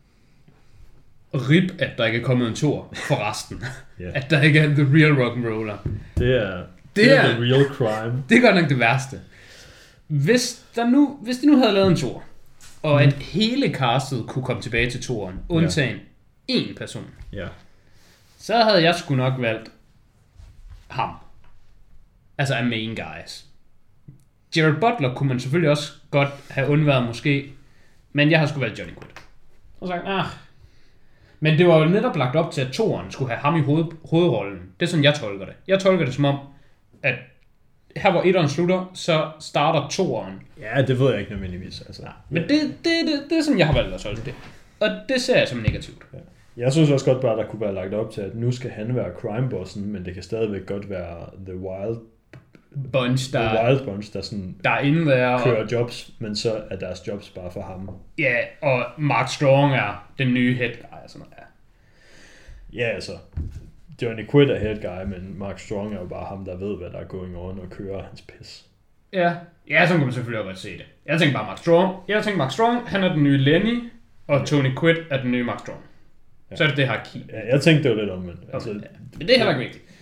rip, at der ikke er kommet en toer for resten. Yeah. At der ikke er the real rock'n'roller. Det er the real crime. Det er godt nok det værste. Hvis de nu havde lavet en toer, og at hele castet kunne komme tilbage til toeren, undtagen én person, så havde jeg sgu nok valgt ham. Altså af main guys. Jared Butler kunne man selvfølgelig også godt have undværet måske, men jeg har sgu valgt Johnny Quid. Og sagt, men det var jo netop lagt op til, at toeren skulle have ham i hovedrollen. Det er sådan, jeg tolker det. Jeg tolker det som om, at her hvor etteren slutter, så starter toeren. Ja, det ved jeg ikke nødvendigvis. Altså. Men det er sådan, jeg har valgt at tolke det. Og det ser jeg som negativt. Ja. Jeg synes også godt bare, der kunne være lagt op til, at nu skal han være crime-bossen, men det kan stadigvæk godt være The Wild Bunch, der sådan der er inde der kører jobs, men så er deres jobs bare for ham. Ja, og Mark Strong er den nye head guy og sådan noget. Ja, altså Johnny Quid er head guy, men Mark Strong er jo bare ham, der ved, hvad der er going on og kører hans pis. Ja, så kan man selvfølgelig godt se det. Jeg tænker bare Mark Strong, han er den nye Lenny, og Tony Quid er den nye Mark Strong. Ja. Så er det her key. Ja, jeg tænkte det var lidt omvendt. Altså, men det er heller ikke vigtigt.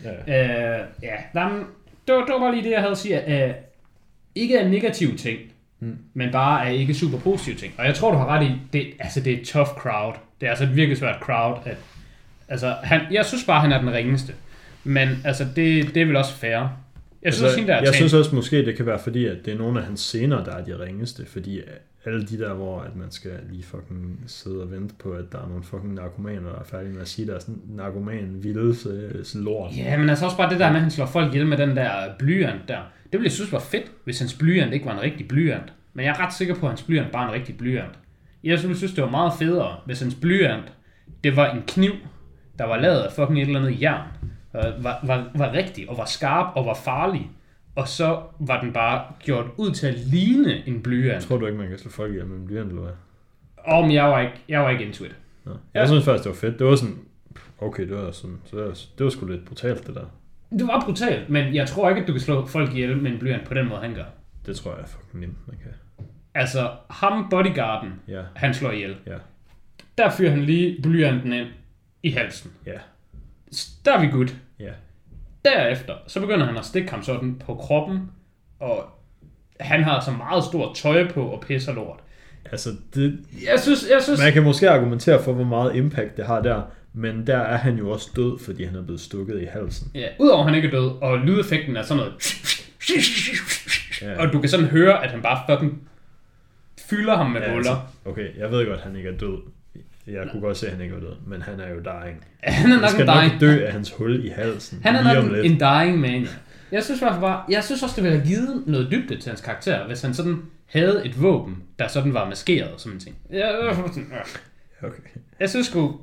Det var bare lige det, jeg havde at sige. Ikke af negative ting, men bare af ikke super positive ting. Og jeg tror, du har ret i, det er et tough crowd. Det er altså et virkelig svært crowd. Jeg synes bare, han er den ringeste. Men altså, det er vel også fair. Jeg synes også måske, det kan være fordi, at det er nogle af hans scener, der er de ringeste. Fordi alle de der, hvor at man skal lige fucking sidde og vente på, at der er nogle fucking narkomaner, der er færdige med at sige, der er sådan narkoman vildelse lort. Ja, men altså også bare det der med, at han slår folk ihjel med den der blyant der. Det ville jeg synes var fedt, hvis hans blyant ikke var en rigtig blyant. Men jeg er ret sikker på, at hans blyant bare er en rigtig blyant. Jeg synes, det var meget federe, hvis hans blyant, det var en kniv, der var lavet af fucking et eller andet jern. Var rigtig, og var skarp, og var farlig. Og så var den bare gjort ud til at ligne en blyant. Tror du ikke, man kan slå folk ihjel med en blyant, eller hvad? Men jeg var ikke into it. Nå. Jeg synes faktisk, det var fedt. Det var sådan, okay, det var sgu lidt brutalt, det der. Det var brutalt, men jeg tror ikke, at du kan slå folk ihjel med en blyant på den måde, han gør. Det tror jeg fucking nemt, man kan. Altså, ham bodyguarden, han slår ihjel. Ja. Der fyrer han lige blyanten ind i halsen. Ja. Der er vi good. Ja. Derefter, så begynder han at stikke ham sådan på kroppen, og han har så meget stort tøj på og pisser lort. Altså, det... Jeg synes... Man kan måske argumentere for, hvor meget impact det har der, men der er han jo også død, fordi han er blevet stukket i halsen. Ja, udover han ikke er død, og lydeffekten er sådan noget... Ja. Og du kan sådan høre, at han bare fucking fylder ham med huller. Altså, okay, jeg ved godt, at han ikke er død. Jeg kunne godt se, at han ikke var død, men han er jo dying. Han er nok skal nok dø af hans hul i halsen. Han er nok en dying man. Jeg synes også, det ville have givet noget dybde til hans karakter, hvis han sådan havde et våben, der sådan var maskeret som en ting. Okay. Jeg synes sgu,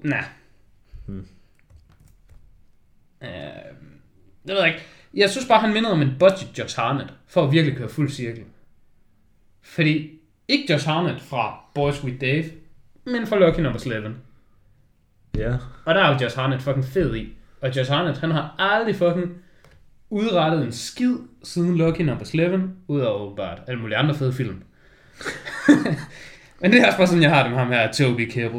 jeg ved ikke. Jeg synes bare, han mindede om en budget Josh Hartnett, for at virkelig køre fuld cirkel. Fordi, ikke Josh Hartnett fra Boys with Dave, men for Lucky Number 11. Ja. Og der er jo Josh Hartnett fucking fed i. Og Josh Hartnett, han har aldrig fucking udrettet en skid siden Lucky Number 11, udover bare alle mulige andre fede film. Men det er også bare sådan, jeg har det med ham her, Toby Kebbell.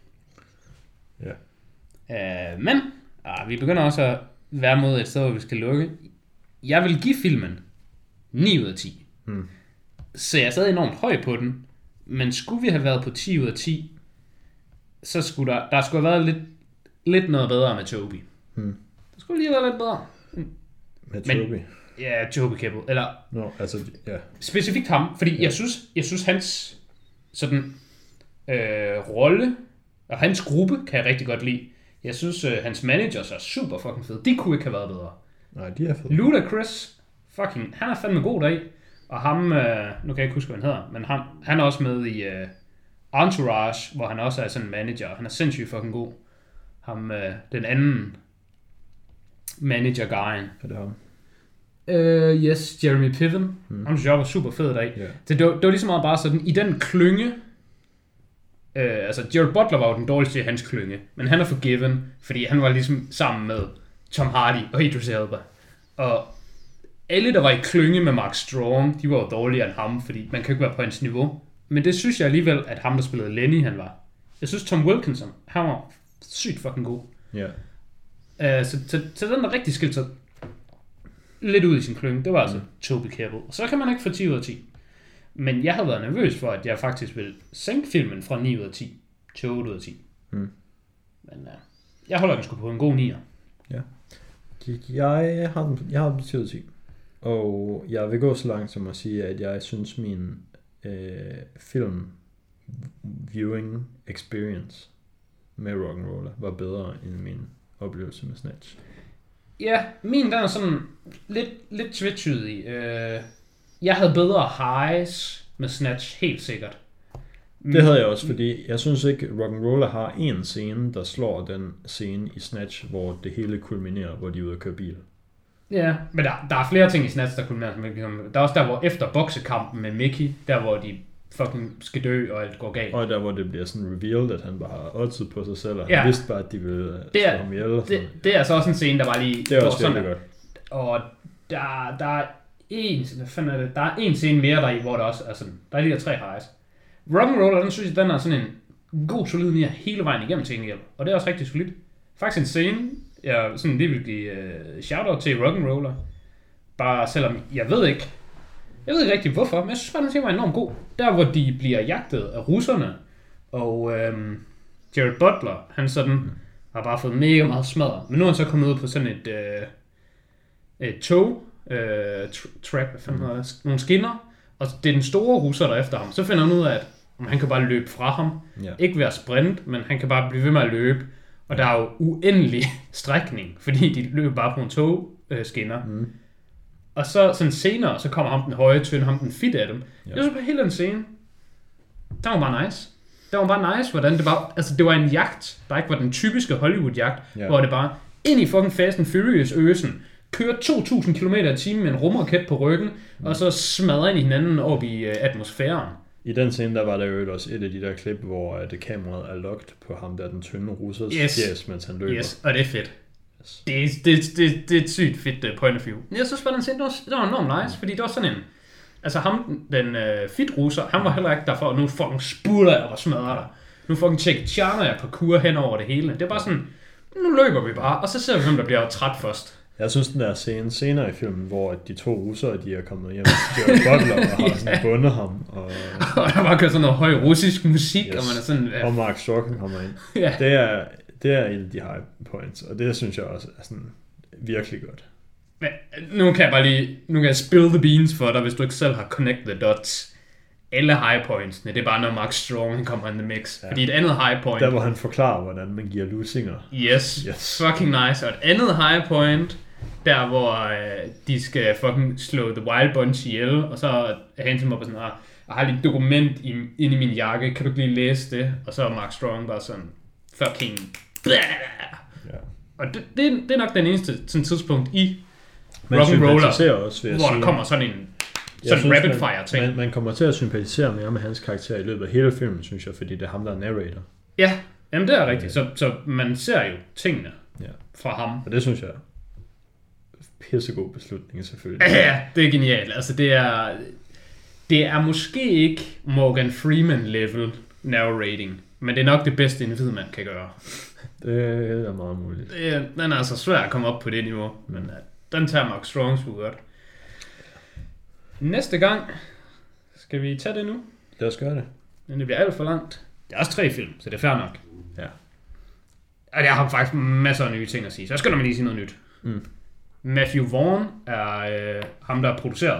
Ja. Men, vi begynder også at være mod et sted, hvor vi skal lukke. Jeg vil give filmen 9 ud af 10. Så jeg er stadig enormt høj på den. Men skulle vi have været på 10 ud af 10, så skulle der skulle have været lidt noget bedre med Toby. Der skulle lige have været lidt bedre. Med Toby? Men, ja, Toby Kebbell. Eller specifikt ham, fordi jeg synes hans sådan rolle og hans gruppe kan jeg rigtig godt lide. Jeg synes hans managers er super fucking fede. De kunne ikke have været bedre. Nej, de er fede. Ludacris, fucking, han er fandme god deri. Og ham, nu kan jeg ikke huske, hvad han hedder, men han er også med i Entourage, hvor han også er sådan en manager. Han er sindssygt fucking god. Ham, den anden manager guyen. Er det ham? Yes, Jeremy Piven. Han synes jeg var super fed i dag. Yeah. Det var lige så meget bare sådan, i den klynge, altså Jared Butler var jo den dårligste i hans klynge, men han er forgiven, fordi han var ligesom sammen med Tom Hardy og Idris Elba. Og alle, der var i klynge med Mark Strong, de var jo dårligere end ham, fordi man kan ikke være på hans niveau. Men det synes jeg alligevel, at ham, der spillede Lenny, han var. Jeg synes, Tom Wilkinson, han var sygt fucking god. Ja. Så den, der rigtig skilte sig lidt ud i sin klynge, det var altså Toby Kebbell. Så kan man ikke få 10 ud af 10. Men jeg havde været nervøs for, at jeg faktisk ville sænke filmen fra 9 ud af 10 til 8 ud af 10. Men jeg holder den sgu på en god 9'er. Ja. Jeg har den 10 ud af 10. Og jeg vil gå så langt som at sige, at jeg synes min film viewing experience med Rock'n'Roller var bedre end min oplevelse med Snatch. Ja, min den er sådan lidt tvetydig. Jeg havde bedre highs med Snatch, helt sikkert. Det havde jeg også, fordi jeg synes ikke, Rock'n'Roller har en scene, der slår den scene i Snatch, hvor det hele kulminerer, hvor de er ude at køre bil. Ja, men der er flere ting i Snatch, der kulminerer. Der er også der, hvor efter boksekampen med Mickey, der hvor de fucking skal dø, og alt går galt. Og der, hvor det bliver sådan revealed, at han bare har oddset på sig selv, og han vidste bare, at de ville slå ham ihjel. Det er så også en scene, der var lige... Det er også virkelig godt. Og der er en scene mere der i, hvor der også er sådan... Der er lige der 3 highs. Rock'n'Roller, den synes jeg, den er sådan en god, solid nier hele vejen igennem til gengæld. Og det er også rigtig solidt. Faktisk en scene, jeg sådan lige vil give shout-out til Rock'n'Roller. Bare selvom jeg ved ikke rigtig hvorfor, men jeg synes bare, den scene var enormt god. Der, hvor de bliver jagtet af russerne, og Jared Butler, han sådan har bare fået mega meget smadret. Men nu er han så kommet ud på sådan et tog, trap, nogle skinner, og det er den store russer, der er efter ham. Så finder han ud af, at han kan bare løbe fra ham. Yeah. Ikke være sprint, men han kan bare blive ved med at løbe. Og der er jo uendelig strækning, fordi de løber bare på nogle togskinner. Og så sådan senere, så kommer ham den høje tynde, ham den fit af dem. Jeg synes på hele den scene, der var bare nice. Det var bare nice, hvordan det var, altså det var en jagt, der ikke var den typiske Hollywood-jagt, hvor det bare ind i fucking Fast and Furious-øsen, kører 2.000 km/t med en rumraket på ryggen, og så smadrer ind i hinanden op i atmosfæren. I den scene, der var der jo også et af de der klip, hvor det kameraet er locked på ham, der den tynde russers yes, mens han løber. Yes, og det er fedt. Yes. Det er et sygt fedt point of view. Jeg synes bare, den scene, det var enormt nice, fordi det var sådan en... Altså ham, den fit russer, han var heller ikke derfor, nu fucking sputter jeg og smadrer dig. Nu fucking tjekker jeg parkour hen over det hele. Det er bare sådan, nu løber vi bare, og så ser vi, hvem der bliver træt først. Jeg synes, den der scene senere i filmen, hvor de 2 russere, de er kommet hjem til Jared Butler og har sådan bundet ham. Og der bare kører sådan noget høj russisk musik, yes, og man er sådan... Og Mark Strong kommer ind. Det er en af de high points, og det synes jeg også er sådan virkelig godt. Men nu kan jeg spill the beans for dig, hvis du ikke selv har connect the dots. Alle high pointsene, det er bare når Mark Strong kommer in the mix. Ja. Fordi et andet high point... Der hvor han forklarer, hvordan man giver lusinger. Yes, fucking nice. Og et andet high point, der hvor de skal fucking slå The Wild Bunch ihjel, og så er han til mig på sådan, jeg har lige et dokument inde i min jakke, kan du ikke lige læse det? Og så er Mark Strong bare sådan, fucking... Ja. Og det er nok den eneste sådan tidspunkt i Rock'n'Roller, også, hvor der kommer sådan en rapid fire ting. Man kommer til at sympatisere mere med hans karakter i løbet af hele filmen, synes jeg, fordi det er ham, der er narrator. Ja, jamen det er rigtigt. Så man ser jo tingene fra ham. Og det synes jeg er pissegod beslutning, selvfølgelig. Ja, det er genialt. Altså det er måske ikke Morgan Freeman level narrating, men det er nok det bedste, en hvid mand kan gøre. Det er meget muligt. Den er altså svær at komme op på det niveau, men den tager Mark Strong sgu godt. Næste gang skal vi tage det nu. Lad os gøre det. Men det bliver alt for langt. Det er også 3 film, så det er fair nok. Ja. Og jeg har faktisk masser af nye ting at sige, så jeg skal lige sige noget nyt. Matthew Vaughn er ham, der har produceret,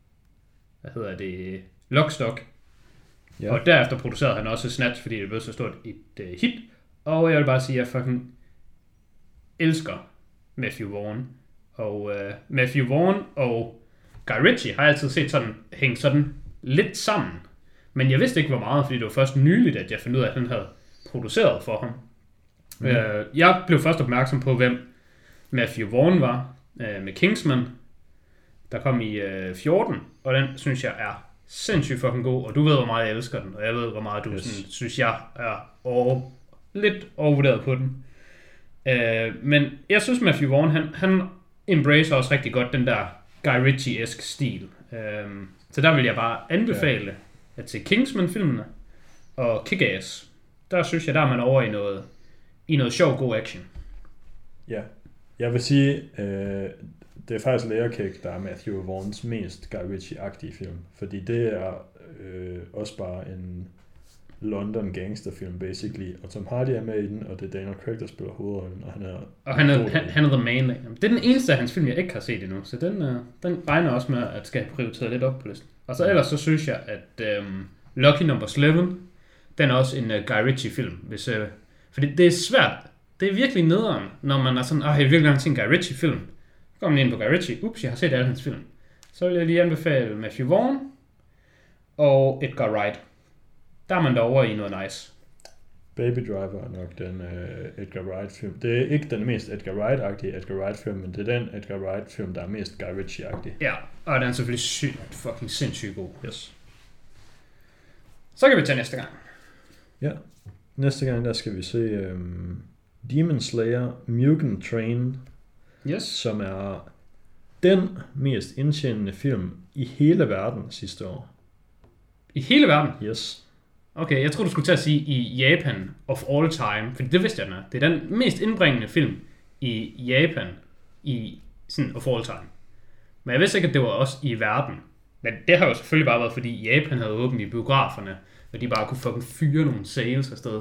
Lock, Stock. Ja. Og derefter producerede han også Snatch, fordi det blev så stort et hit. Og jeg vil bare sige, at jeg fucking elsker Matthew Vaughn. Og Matthew Vaughn og Guy Ritchie har jeg altid set sådan hængt sådan lidt sammen. Men jeg vidste ikke, hvor meget, fordi det var først nyligt, at jeg fandt ud af, at han havde produceret for ham. Jeg blev først opmærksom på, hvem Matthew Vaughn var med Kingsman, der kom i 14, og den synes jeg er sindssygt fucking god, og du ved, hvor meget jeg elsker den, og jeg ved, hvor meget du sådan, synes, jeg er lidt overvurderet på den. Men jeg synes, Matthew Vaughn, han embracer også rigtig godt den der Guy Ritchie-esk stil. Så der vil jeg bare anbefale at se Kingsman-filmene og Kick-Ass. Der synes jeg, der er man over i noget sjov, god action. Ja, jeg vil sige, det er faktisk Layer Cake, der er Matthew Vaughns mest Guy Ritchie-agtige film. Fordi det er også bare en London gangsterfilm, basically. Og Tom Hardy er med i den, og det er Daniel Craig, der spiller hovedrollen. Og han er the man. Det er den eneste af hans film, jeg ikke har set endnu. Så den regner også med, at skal prioritere lidt op på listen. Og så ellers så synes jeg, at Lucky Number 11, den er også en Guy Ritchie-film. Fordi det er svært. Det er virkelig nederen, når man er sådan, jeg vil virkelig gerne se en Guy Ritchie-film. Så kommer man ind på Guy Ritchie. Ups, jeg har set alle hans film. Så vil jeg lige anbefale Matthew Vaughn og Edgar Wright. Der er man derovre i noget nice. Baby Driver er nok den Edgar Wright-film. Det er ikke den mest Edgar Wright-agtige Edgar Wright-film, men det er den Edgar Wright-film, der er mest Guy Ritchie-agtig. Ja, og den er selvfølgelig fucking sindssygt god. Yes. Så kan vi tage næste gang. Ja, næste gang der skal vi se Demon Slayer Mugen Train, som er den mest indtjenende film i hele verden sidste år. I hele verden? Yes. Okay, jeg tror du skulle til at sige i Japan of all time, for det vidste jeg, den er. Det er den mest indbringende film i Japan i sådan of all time. Men jeg vidste ikke, at det var også i verden. Men det har jo selvfølgelig bare været, fordi Japan havde åbent i biograferne, og de bare kunne fucking fyre nogle sales afsted.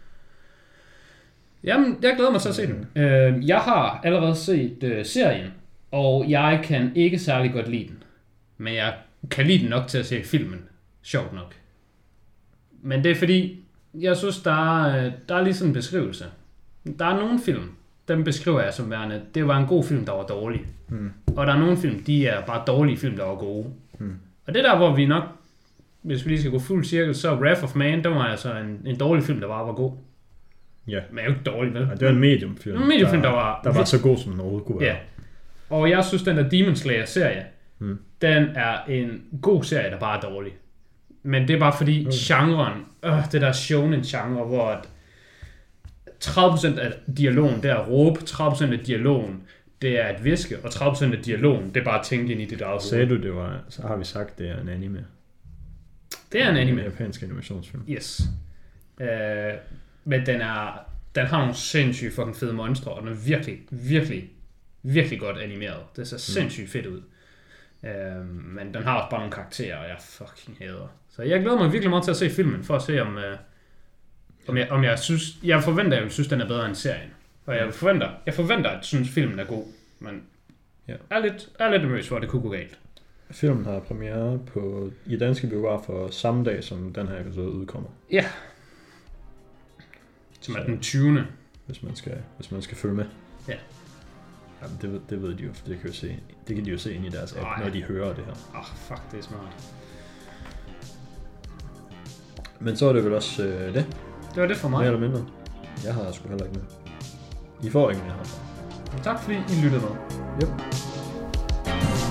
Jamen, jeg glæder mig til at se den. Jeg har allerede set serien, og jeg kan ikke særlig godt lide den. Men jeg kan lide den nok til at se filmen. Sjovt nok. Men det er fordi, jeg synes, der er lige sådan en beskrivelse. Der er nogle film, dem beskriver jeg som værende, det var en god film, der var dårlig. Og der er nogle film, de er bare dårlige film, der var gode. Og det der, hvor vi nok, hvis vi lige skal gå fuld cirkel, så Wrath of Man, det var altså en dårlig film, der bare var god. Ja. Men er jo ikke dårlig, vel? Ja, det var en mediumfilm. En mediumfilm, der var så god, som den overhovedet kunne være. Ja. Og jeg synes, den der Demon Slayer-serie, den er en god serie, der bare er dårlig. Men det er bare fordi genren, det der shonen-genre, hvor 30% af dialogen, det er at råbe, 30% af dialogen, det er at viske, og 30% af dialogen, det er bare at tænke ind i det der hoved. Sagde du, det var, så har vi sagt, det er en anime. Det er en anime. En japansk animationsfilm. Yes. Men den har nogle sindssygt fucking fede monstre, og den er virkelig, virkelig, virkelig godt animeret. Det ser sindssygt fedt ud. Men den har også bare nogle karakterer, og jeg fucking hader. Så jeg glæder mig virkelig meget til at se filmen, for at se om jeg synes, jeg forventer, at jeg synes, den er bedre end serien. Og jeg forventer, at jeg synes, filmen er god, men er lidt nervøs for, at det kunne gå galt. Filmen har premiere i danske biografer samme dag, som den her episode udkommer. Ja. Som er den 20. Hvis man skal følge med. Ja. Jamen, det ved de jo, for det kan de jo se ind i deres app, når de hører det her. Fuck, det er smart. Men så er det vel også det. Det var det for mig. Mere eller mindre. Jeg har sgu heller ikke med. I får ikke mere herfra. Tak fordi I lyttede med. Yep.